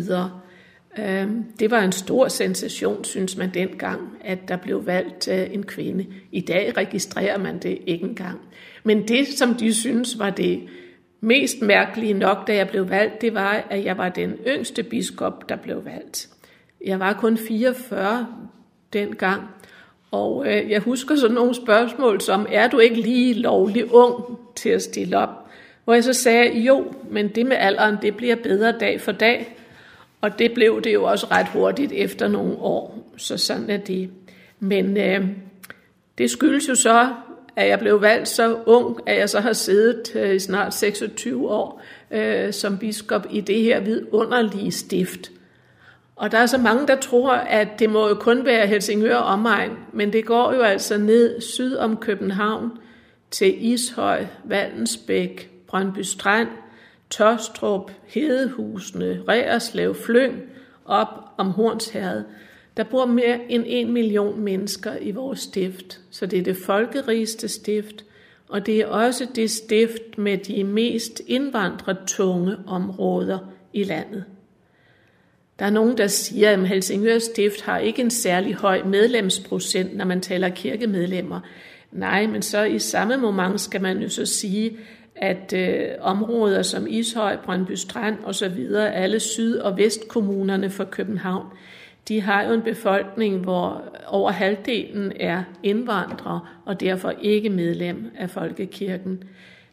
Det var en stor sensation, synes man dengang, at der blev valgt en kvinde. I dag registrerer man det ikke engang. Men det, som de synes var det mest mærkelige nok, da jeg blev valgt, det var, at jeg var den yngste biskop, der blev valgt. Jeg var kun 44 dengang, og jeg husker sådan nogle spørgsmål som, er du ikke lige lovlig ung til at stille op? Hvor jeg så sagde, jo, men det med alderen, det bliver bedre dag for dag. Og det blev det jo også ret hurtigt efter nogle år, så sådan er det. Men det skyldes jo så, at jeg blev valgt så ung, at jeg så har siddet i snart 26 år som biskop i det her vidunderlige stift. Og der er så mange, der tror, at det må jo kun være Helsingør omegn, men det går jo altså ned syd om København til Ishøj, Vallensbæk, Brøndby Strand, Tåstrup, Hedehusene, Reerslev, Flyng, op om Hornsherred. Der bor mere end 1 million mennesker i vores stift, så det er det folkerigeste stift, og det er også det stift med de mest indvandrertunge områder i landet. Der er nogen, der siger, at Helsingør Stift har ikke en særlig høj medlemsprocent, når man taler kirkemedlemmer. Nej, men så i samme moment skal man jo så sige, at områder som Ishøj, Brøndby Strand og så videre, alle syd- og vestkommunerne for København, de har jo en befolkning, hvor over halvdelen er indvandrere og derfor ikke medlem af folkekirken.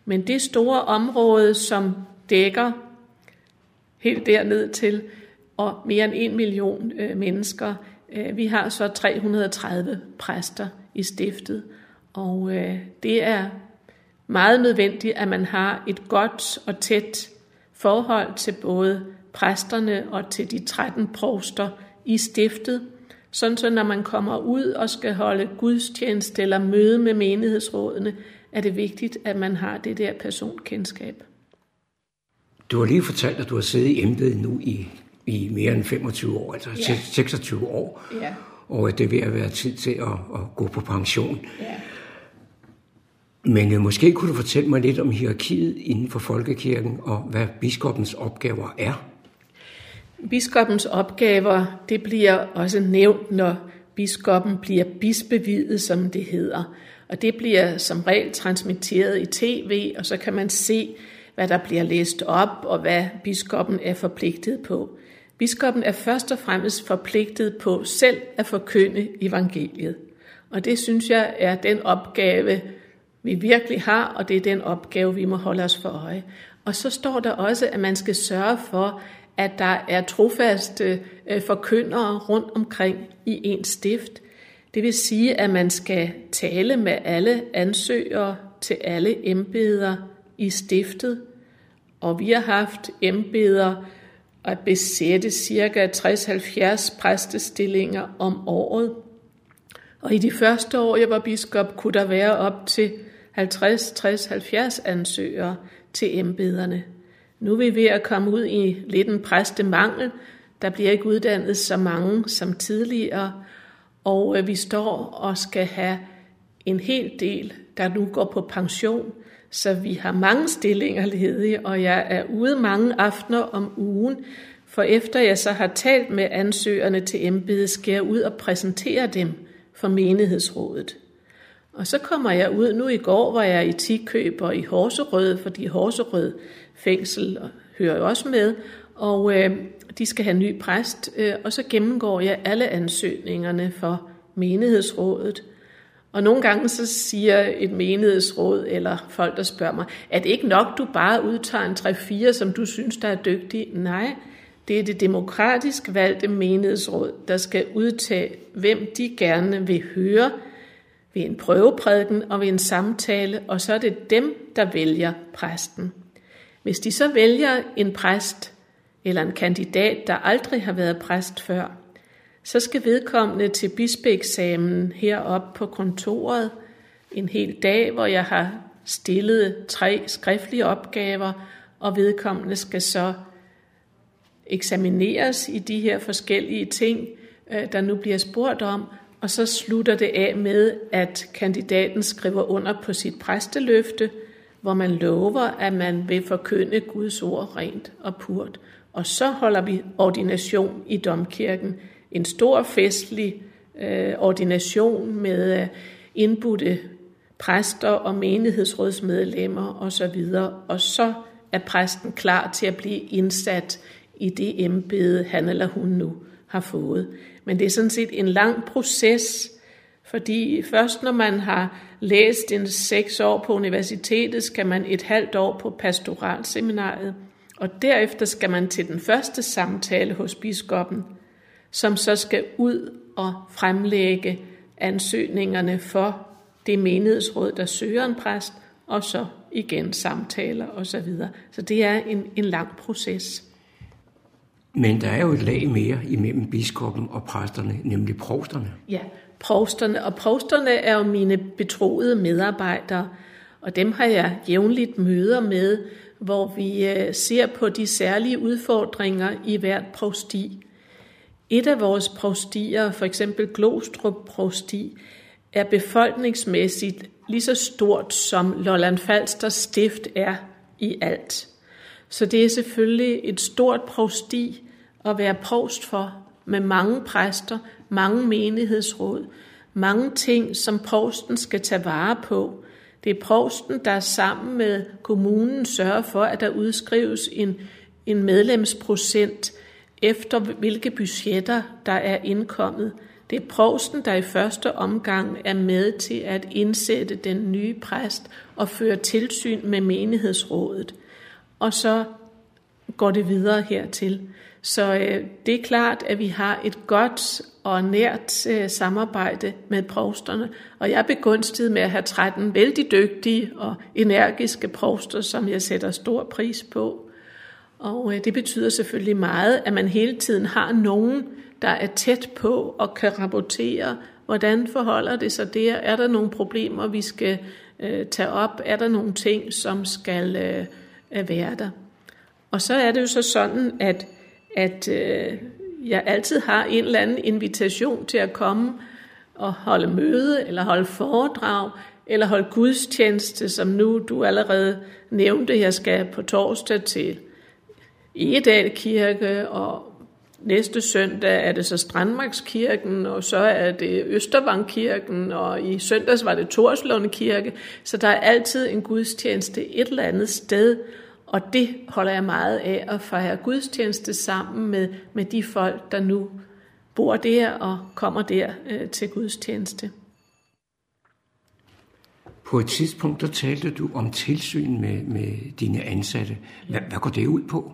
Men det store område, som dækker helt derned til, og mere end 1 million mennesker, vi har så 330 præster i stiftet, og det er meget nødvendigt, at man har et godt og tæt forhold til både præsterne og til de 13 provster i stiftet, sådan så når man kommer ud og skal holde gudstjeneste eller møde med menighedsrådene, er det vigtigt, at man har det der personkendskab. Du har lige fortalt, at du har siddet i embedet nu i mere end 25 år, altså 26 år, og at det er ved at være tid til at gå på pension. Ja. Men måske kunne du fortælle mig lidt om hierarkiet inden for folkekirken, og hvad biskoppens opgaver er? Biskoppens opgaver, det bliver også nævnt, når biskoppen bliver bispeviet, som det hedder. Og det bliver som regel transmitteret i tv, og så kan man se, hvad der bliver læst op, og hvad biskoppen er forpligtet på. Biskoppen er først og fremmest forpligtet på selv at forkynde evangeliet. Og det synes jeg er den opgave, vi virkelig har, og det er den opgave, vi må holde os for øje. Og så står der også, at man skal sørge for, at der er trofaste forkyndere rundt omkring i en stift. Det vil sige, at man skal tale med alle ansøgere til alle embeder i stiftet. Og vi har haft embeder at besætte ca. 60-70 præstestillinger om året. Og i de første år, jeg var biskop, kunne der være op til 50-60-70 ansøgere til embederne. Nu er vi ved at komme ud i lidt en præstemangel. Der bliver ikke uddannet så mange som tidligere, og vi står og skal have en hel del, der nu går på pension, så vi har mange stillinger ledige, og jeg er ude mange aftener om ugen, for efter jeg så har talt med ansøgerne til embedet, skal jeg ud og præsentere dem for menighedsrådet. Og så kommer jeg ud, nu i går var jeg i Tikøb og i Horserød, fordi Horserød fængsel hører jo også med, og de skal have ny præst, og så gennemgår jeg alle ansøgningerne for menighedsrådet. Og nogle gange så siger et menighedsråd, eller folk, der spørger mig, er det ikke nok, du bare udtager en 3-4, som du synes, der er dygtige? Nej, det er det demokratisk valgte menighedsråd, der skal udtage, hvem de gerne vil høre ved en prøveprædiken og ved en samtale, og så er det dem, der vælger præsten. Hvis de så vælger en præst eller en kandidat, der aldrig har været præst før, så skal vedkommende til bispeeksamen heroppe på kontoret en hel dag, hvor jeg har stillet 3 skriftlige opgaver, og vedkommende skal så eksamineres i de her forskellige ting, der nu bliver spurgt om, og så slutter det af med, at kandidaten skriver under på sit præsteløfte, hvor man lover, at man vil forkynde Guds ord rent og purt. Og så holder vi ordination i domkirken. En stor festlig ordination med indbudte præster og menighedsrådsmedlemmer osv. Og så er præsten klar til at blive indsat i det embede, han eller hun nu har fået. Men det er sådan set en lang proces, fordi først når man har læst 6 år på universitetet, skal man et halvt år på pastoralseminariet, og derefter skal man til den første samtale hos biskoppen, som så skal ud og fremlægge ansøgningerne for det menighedsråd, der søger en præst, og så igen samtaler osv. Så det er en lang proces. Men der er jo et lag mere imellem biskoppen og præsterne, nemlig provsterne. Ja, provsterne. Og provsterne er jo mine betroede medarbejdere, og dem har jeg jævnligt møder med, hvor vi ser på de særlige udfordringer i hvert provsti. Et af vores provstier, for eksempel Glostrup provsti, er befolkningsmæssigt lige så stort, som Lolland Falster stift er i alt. Så det er selvfølgelig et stort provsti at være provst for, med mange præster, mange menighedsråd, mange ting, som provsten skal tage vare på. Det er provsten, der sammen med kommunen sørger for, at der udskrives en medlemsprocent efter hvilke budgetter der er indkommet. Det er provsten, der i første omgang er med til at indsætte den nye præst og føre tilsyn med menighedsrådet. Og så går det videre hertil. Så det er klart, at vi har et godt og nært samarbejde med provsterne. Og jeg er begunstiget med at have 13 vældig dygtige og energiske provster, som jeg sætter stor pris på. Og det betyder selvfølgelig meget, at man hele tiden har nogen, der er tæt på og kan rapportere, hvordan forholder det sig der. Er der nogle problemer, vi skal tage op? Er der nogle ting, som skal være der? Og så er det jo så sådan, at jeg altid har en eller anden invitation til at komme og holde møde, eller holde foredrag, eller holde gudstjeneste, som nu du allerede nævnte. Jeg skal på torsdag til Egedal Kirke, og næste søndag er det så Strandmarkskirken, og så er det Østervangkirken, og i søndags var det Torslunde Kirke. Så der er altid en gudstjeneste et eller andet sted, og det holder jeg meget af, at fejre gudstjeneste sammen med de folk, der nu bor der og kommer der til gudstjeneste. På et tidspunkt, der talte du om tilsyn med dine ansatte. Hvad går det ud på?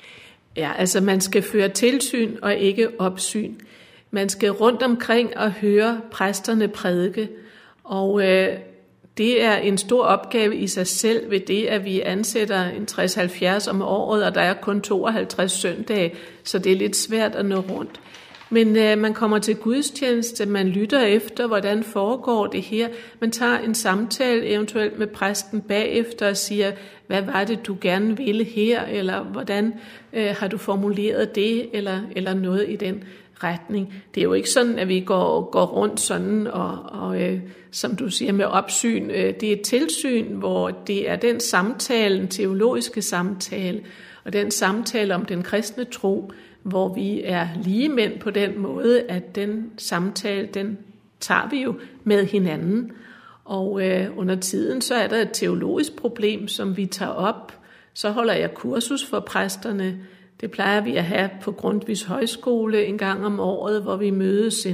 Ja, altså man skal føre tilsyn og ikke opsyn. Man skal rundt omkring og høre præsterne prædike, og det er en stor opgave i sig selv ved det, at vi ansætter en 60-70 om året, og der er kun 52 søndage, så det er lidt svært at nå rundt. Men man kommer til gudstjeneste, man lytter efter, hvordan foregår det her. Man tager en samtale eventuelt med præsten bagefter og siger, hvad var det, du gerne ville her, eller hvordan har du formuleret det, eller noget i den retning. Det er jo ikke sådan, at vi går rundt sådan, og som du siger med opsyn, det er et tilsyn, hvor det er den samtale, den teologiske samtale, og den samtale om den kristne tro, hvor vi er ligemænd på den måde, at den samtale, den tager vi jo med hinanden. Og under tiden, så er der et teologisk problem, som vi tager op. Så holder jeg kursus for præsterne. Det plejer vi at have på Grundtvigs Højskole en gang om året, hvor vi mødes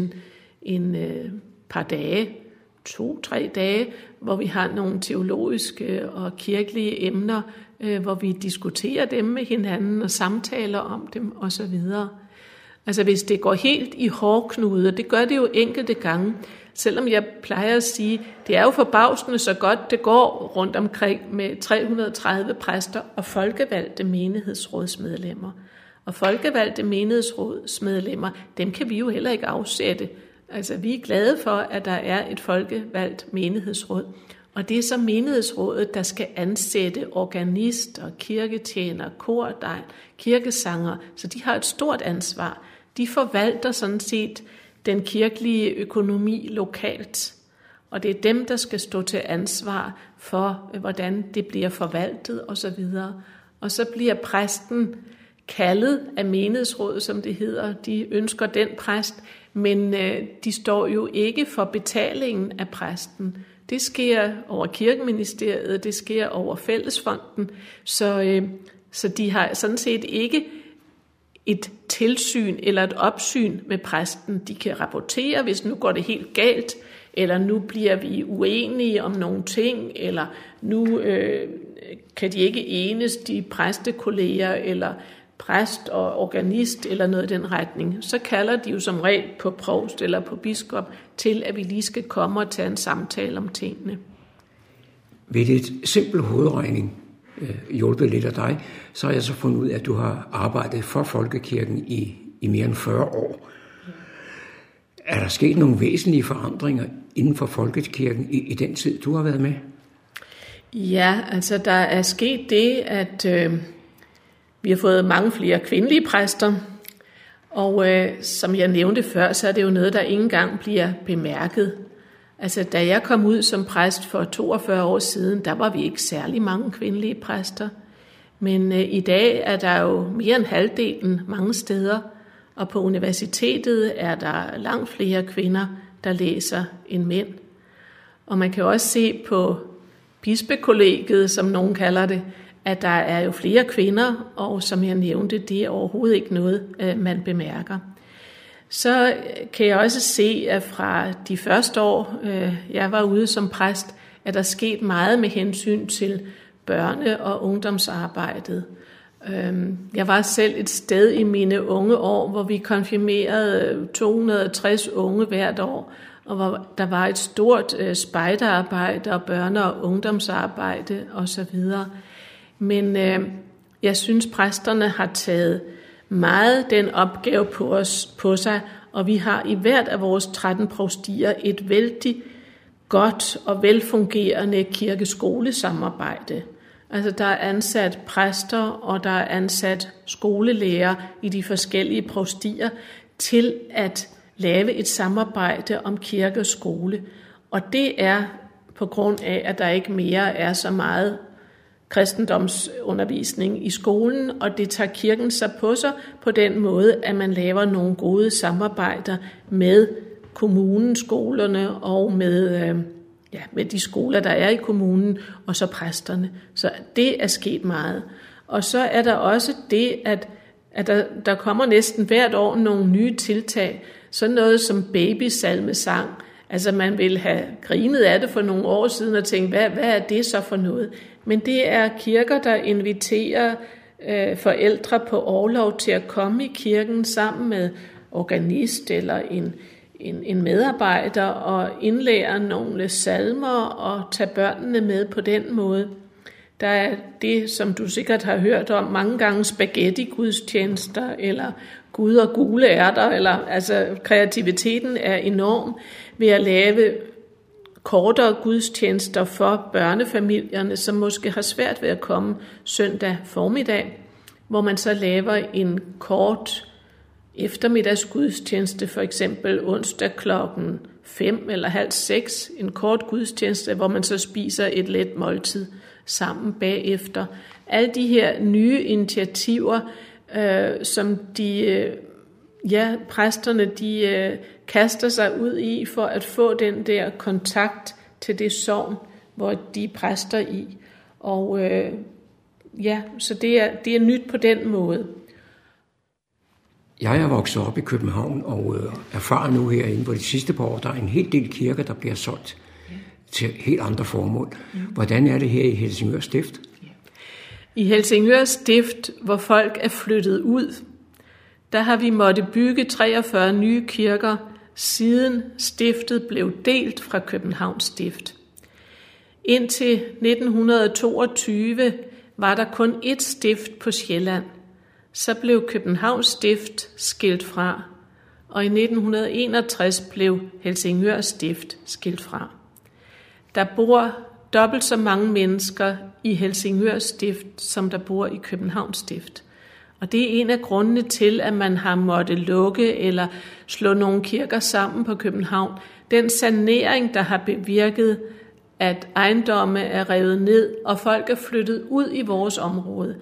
en par dage, 2-3 dage, hvor vi har nogle teologiske og kirkelige emner, hvor vi diskuterer dem med hinanden og samtaler om dem osv. Altså hvis det går helt i hårdknude, det gør det jo enkelte gange, selvom jeg plejer at sige, det er jo forbavsende så godt det går rundt omkring med 330 præster og folkevalgte menighedsrådsmedlemmer. Og folkevalgte menighedsrådsmedlemmer, dem kan vi jo heller ikke afsætte. Altså vi er glade for, at der er et folkevalgt menighedsråd. Og det er så menighedsrådet, der skal ansætte organister, kirketjener, kordegn, kirkesanger. Så de har et stort ansvar. De forvalter sådan set den kirkelige økonomi lokalt. Og det er dem, der skal stå til ansvar for, hvordan det bliver forvaltet osv. Og så bliver præsten kaldet af menighedsrådet, som det hedder. De ønsker den præst, men de står jo ikke for betalingen af præsten. Det sker over kirkeministeriet, det sker over fællesfonden, så de har sådan set ikke et tilsyn eller et opsyn med præsten. De kan rapportere, hvis nu går det helt galt, eller nu bliver vi uenige om nogle ting, eller nu kan de ikke enes, de præstekolleger, eller præst og organist, eller noget i den retning. Så kalder de jo som regel på provst eller på biskop til, at vi lige skal komme og tage en samtale om tingene. Ved et simpelt hovedregning, hjulpet lidt af dig, så har jeg så fundet ud af, at du har arbejdet for Folkekirken i mere end 40 år. Er der sket nogle væsentlige forandringer inden for Folkekirken i den tid, du har været med? Ja, altså der er sket det, at vi har fået mange flere kvindelige præster, og som jeg nævnte før, så er det jo noget, der ikke engang bliver bemærket. Altså da jeg kom ud som præst for 42 år siden, der var vi ikke særlig mange kvindelige præster. Men i dag er der jo mere end halvdelen mange steder, og på universitetet er der langt flere kvinder, der læser end mænd. Og man kan også se på bispekollegiet, som nogen kalder det, at der er jo flere kvinder, og som jeg nævnte, det er overhovedet ikke noget, man bemærker. Så kan jeg også se, at fra de første år, jeg var ude som præst, at der sket meget med hensyn til børne- og ungdomsarbejdet. Jeg var selv et sted i mine unge år, hvor vi konfirmerede 260 unge hvert år, og hvor der var et stort spejderarbejde og børne- og ungdomsarbejde osv. Men jeg synes, præsterne har taget meget den opgave på sig, og vi har i hvert af vores 13 provstier et vældig godt og velfungerende kirkeskolesamarbejde. Altså der er ansat præster, og der er ansat skolelærer i de forskellige provstier til at lave et samarbejde om kirke og skole. Og det er på grund af, at der ikke mere er så meget kristendomsundervisning i skolen, og det tager kirken sig på sig på den måde, at man laver nogle gode samarbejder med kommunen, skolerne og med de skoler, der er i kommunen, og så præsterne. Så det er sket meget. Og så er der også det, at der kommer næsten hvert år nogle nye tiltag. Sådan noget som babysalmesang. Altså man ville have grinet af det for nogle år siden og tænkt, hvad er det så for noget? Men det er kirker, der inviterer forældre på orlov til at komme i kirken sammen med organist eller en medarbejder og indlære nogle salmer og tage børnene med på den måde. Der er det, som du sikkert har hørt om mange gange, spaghetti-gudstjenester eller Gud og gule ærter. Altså kreativiteten er enorm ved at lave kortere gudstjenester for børnefamilierne, som måske har svært ved at komme søndag formiddag, hvor man så laver en kort eftermiddagsgudstjeneste, for eksempel onsdag klokken 5 eller halv 6, en kort gudstjeneste, hvor man så spiser et let måltid sammen bagefter. Alle de her nye initiativer, som præsterne kaster sig ud i for at få den der kontakt til det sogn, hvor de er præster i. Og så det er nyt på den måde. Jeg er vokset op i København og erfarer nu herinde på de sidste par år, der er en hel del kirker, der bliver solgt til helt andre formål. Hvordan er det her i Helsingør Stift? I Helsingør Stift, hvor folk er flyttet ud, der har vi måttet bygge 43 nye kirker, siden stiftet blev delt fra Københavns Stift. Indtil 1922 var der kun ét stift på Sjælland. Så blev Københavns Stift skilt fra, og i 1961 blev Helsingør Stift skilt fra. Der bor dobbelt så mange mennesker i Helsingør Stift, som der bor i Københavns Stift. Og det er en af grundene til, at man har måttet lukke eller slå nogle kirker sammen på København. Den sanering, der har bevirket, at ejendomme er revet ned, og folk er flyttet ud i vores område.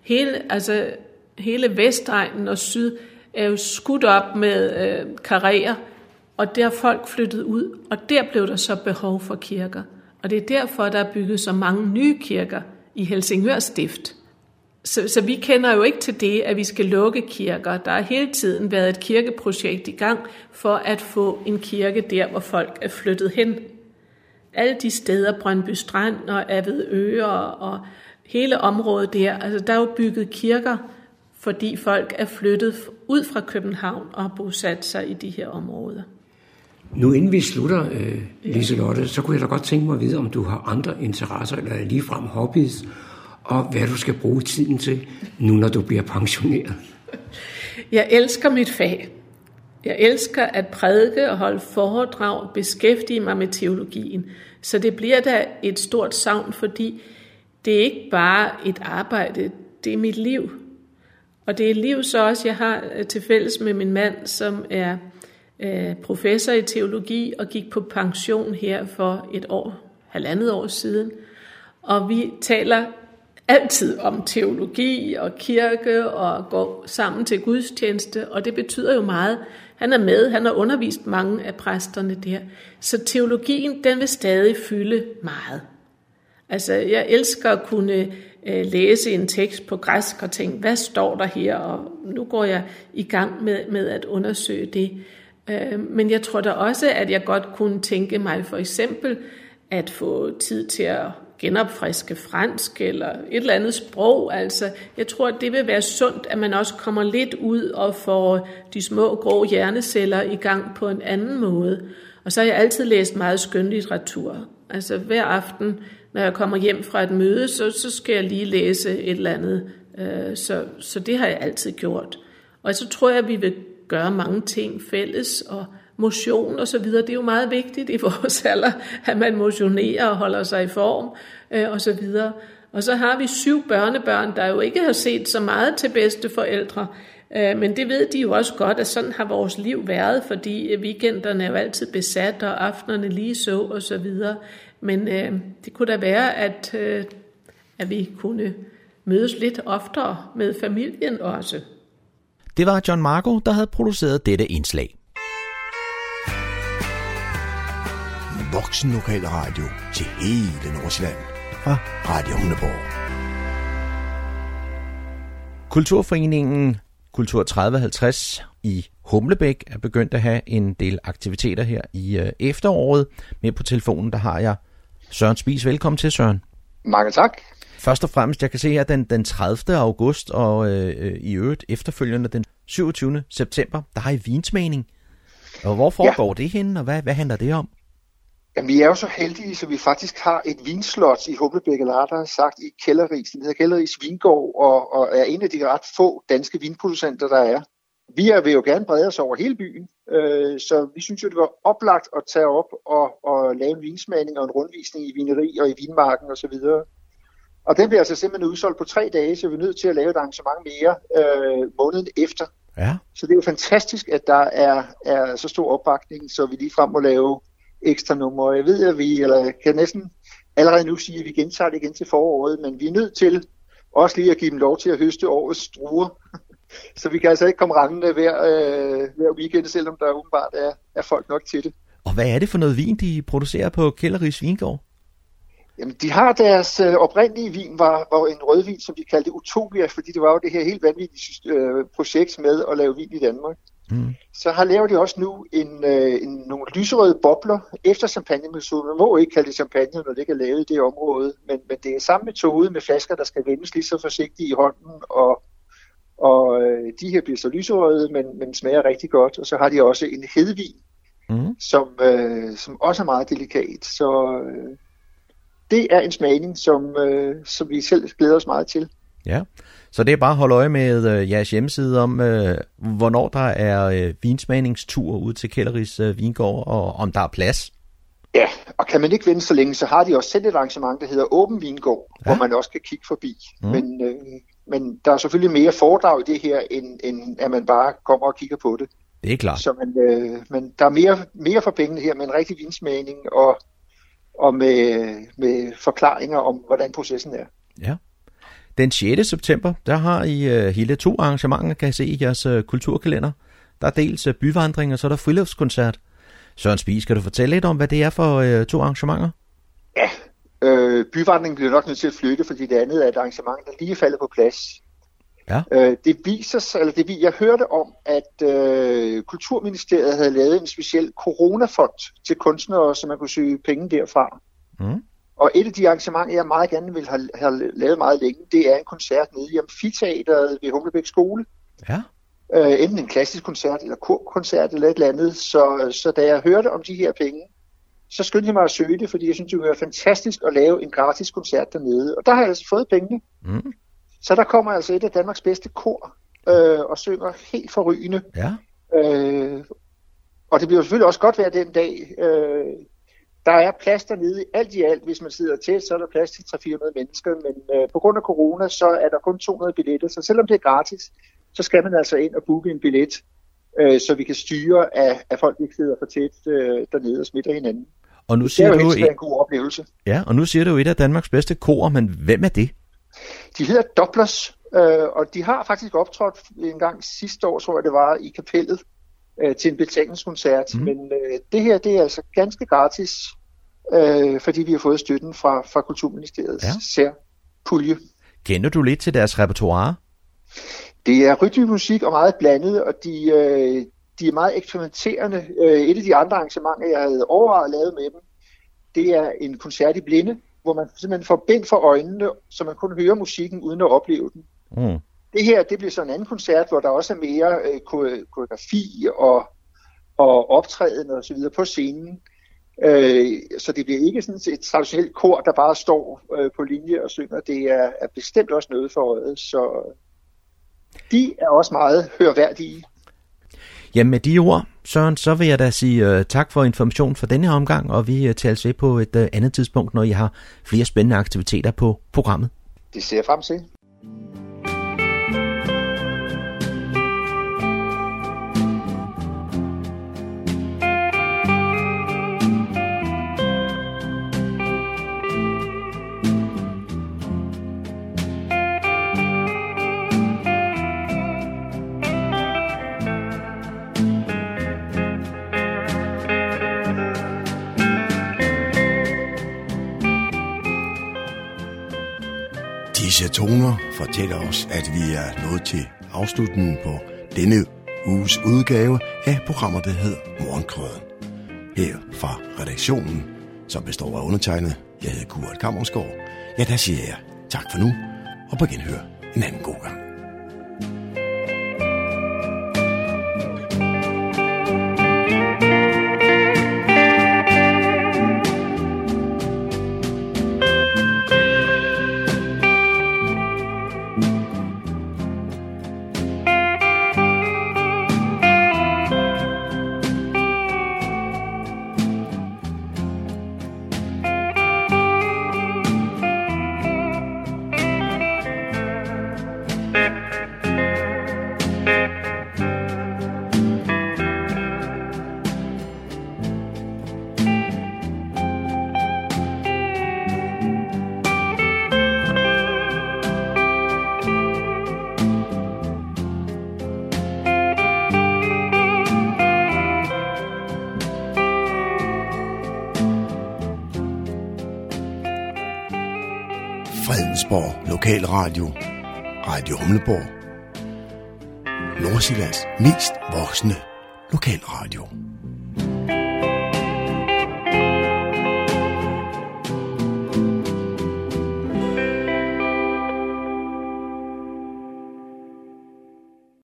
Hele Vestegnen og Syd er jo skudt op med karréer, og der er folk flyttet ud, og der blev der så behov for kirker. Og det er derfor, der er bygget så mange nye kirker i Helsingør Stift. Så vi kender jo ikke til det, at vi skal lukke kirker. Der har hele tiden været et kirkeprojekt i gang for at få en kirke der, hvor folk er flyttet hen. Alle de steder, Brøndby Strand og Avedøre og hele området der, altså der er jo bygget kirker, fordi folk er flyttet ud fra København og har bosat sig i de her områder. Nu inden vi slutter, Liselotte, så kunne jeg da godt tænke mig at vide, om du har andre interesser eller ligefrem hobbies, og hvad du skal bruge tiden til, nu når du bliver pensioneret. Jeg elsker mit fag. Jeg elsker at prædike og holde foredrag, beskæftige mig med teologien. Så det bliver da et stort savn, fordi det er ikke bare et arbejde, det er mit liv. Og det er et liv så også, jeg har til fælles med min mand, som er professor i teologi og gik på pension her for halvandet år siden. Og vi taler altid om teologi og kirke og går sammen til gudstjeneste, og det betyder jo meget. Han er med, han har undervist mange af præsterne der. Så teologien, den vil stadig fylde meget. Altså, jeg elsker at kunne læse en tekst på græsk og tænke, hvad står der her? Og nu går jeg i gang med at undersøge det. Men jeg tror da også, at jeg godt kunne tænke mig for eksempel at få tid til at genopfriske fransk eller et eller andet sprog. Altså, jeg tror, at det vil være sundt, at man også kommer lidt ud og får de små grå hjerneceller i gang på en anden måde. Og så har jeg altid læst meget skønlitteratur. Altså hver aften, når jeg kommer hjem fra et møde, så skal jeg lige læse et eller andet. Så det har jeg altid gjort. Og så tror jeg, at vi vil gøre mange ting fælles, og motion og så videre. Det er jo meget vigtigt i vores alder, at man motionerer og holder sig i form og så videre. Og så har vi 7 børnebørn, der jo ikke har set så meget til bedsteforældre. Men det ved de jo også godt, at sådan har vores liv været, fordi weekenderne er jo altid besat, og aftenerne lige så og så videre. Men det kunne da være, at vi kunne mødes lidt oftere med familien også. Det var John Marco, der havde produceret dette indslag. Voksen lokal radio til hele Nordsjælland fra Radio Humleborg. Kulturforeningen Kultur 3050 i Humlebæk er begyndt at have en del aktiviteter her i efteråret. Med på telefonen, der har jeg Søren Spies. Velkommen til, Søren. Mange tak. Først og fremmest, jeg kan se her den 30. august og i øvrigt efterfølgende den 27. september, der har I vinsmagning. Og hvor foregår det henne, og hvad handler det om? Jamen, vi er jo så heldige, så vi faktisk har et vinslot i Humlebæk, eller rettere sagt i Kælderis. Det hedder Kælderis Vingård, og er en af de ret få danske vinproducenter, der er. Vi vil jo gerne brede os over hele byen, så vi synes jo, det var oplagt at tage op og lave en vinsmagning og en rundvisning i vineri og i vinmarken osv. Og den bliver altså simpelthen udsolgt på 3 dage, så vi er nødt til at lave et arrangement mere måneden efter. Ja. Så det er jo fantastisk, at der er så stor opbakning, så vi lige frem må lave ekstra numre. Jeg ved, at jeg kan næsten allerede nu sige, at vi gentager det igen til foråret, men vi er nødt til også lige at give dem lov til at høste årets druer. Så vi kan altså ikke komme rendende hver weekend, selvom der åbenbart er folk nok til det. Og hvad er det for noget vin, de producerer på Kælderis Vingård? Jamen, de har deres oprindelige vin, var en rødvin, som de kaldte Utopia, fordi det var jo det her helt vanvittige projekt med at lave vin i Danmark. Mm. Så laver de også nu nogle lyserøde bobler efter champagnemetoden. Man må ikke kalde det champagne, når det ikke er lavet i det område, men det er samme metode med flasker, der skal vendes lige så forsigtigt i hånden, og de her bliver så lyserøde, men smager rigtig godt. Og så har de også en hedvin, som også er meget delikat. Så det er en smagning, som vi selv glæder os meget til. Ja, så det er bare at holde øje med jeres hjemmeside om, hvornår der er vinsmagningstur ud til Kælderis Vingård, og om der er plads. Ja, og kan man ikke vente så længe, så har de også sendt et arrangement, der hedder Åben Vingård, hvor man også kan kigge forbi. Men der er selvfølgelig mere foredrag i det her, end at man bare kommer og kigger på det. Det er klart. Så men der er mere for pengene her med en rigtig vinsmagning og med forklaringer om, hvordan processen er. Ja. Den 6. september, der har I hele 2 arrangementer, kan jeg se i jeres kulturkalender. Der er dels byvandring, og så er der friluftskoncert. Søren Spies, skal du fortælle lidt om, hvad det er for 2 arrangementer? Ja, byvandringen bliver nok nødt til at flytte, fordi det andet er et arrangement, der lige er faldet på plads. Ja. Jeg hørte om, at Kulturministeriet havde lavet en speciel coronafond til kunstnere, så man kunne søge penge derfra. Mm. Og et af de arrangementer, jeg meget gerne vil have lavet meget længe, det er en koncert nede i Amfiteatret ved Humlebæk Skole. Ja. Enten en klassisk koncert eller korkoncert eller et eller andet. Så da jeg hørte om de her penge, så skyndte jeg mig at søge det, fordi jeg synes, det ville være fantastisk at lave en gratis koncert dernede. Og der har jeg altså fået pengene. Mm. Så der kommer altså et af Danmarks bedste kor og synger helt forrygende. Ja. Og det bliver selvfølgelig også godt være den dag. Der er plads dernede alt i alt. Hvis man sidder tæt, så er der plads til 300-400 mennesker. Men på grund af corona, så er der kun 200 billetter. Så selvom det er gratis, så skal man altså ind og booke en billet, så vi kan styre, at folk ikke sidder for tæt dernede og smitter hinanden. Og nu siger det er jo en god oplevelse. Ja, og nu siger du et af Danmarks bedste kor, men hvem er det? De hedder Dopplers, og de har faktisk optrådt en gang sidste år, tror jeg det var, i kapellet til en betalingskoncert. Men det her, det er altså ganske gratis, fordi vi har fået støtten fra Kulturministeriets særpulje. Kender du lidt til deres repertoire? Det er rytmemusik og meget blandet, og de er meget eksperimenterende. Et af de andre arrangementer, jeg havde overvejet at lave med dem, det er en koncert i blinde, hvor man simpelthen får bind for øjnene, så man kun hører musikken uden at opleve den. Mm. Det her, det bliver sådan en anden koncert, hvor der også er mere koreografi og optræden og så videre på scenen. Så det bliver ikke sådan et traditionelt kor, der bare står på linje og synger. Det er bestemt også noget for øjet, så de er også meget hørværdige. Jamen med de ord, Søren, så vil jeg da sige tak for information for denne her omgang, og vi tales ved på et andet tidspunkt, når I har flere spændende aktiviteter på programmet. Det ser jeg frem til. Disse toner fortæller os, at vi er nået til afslutningen på denne uges udgave af programmet, der hedder Morgenkrøden. Her fra redaktionen, som består af undertegnet, jeg hedder Kurt Kammersgaard. Ja, der siger jeg tak for nu, og på genhør en anden god gang. Fredensborg Lokalradio, Radio Humleborg, Nordsjællands mest voksne lokalradio.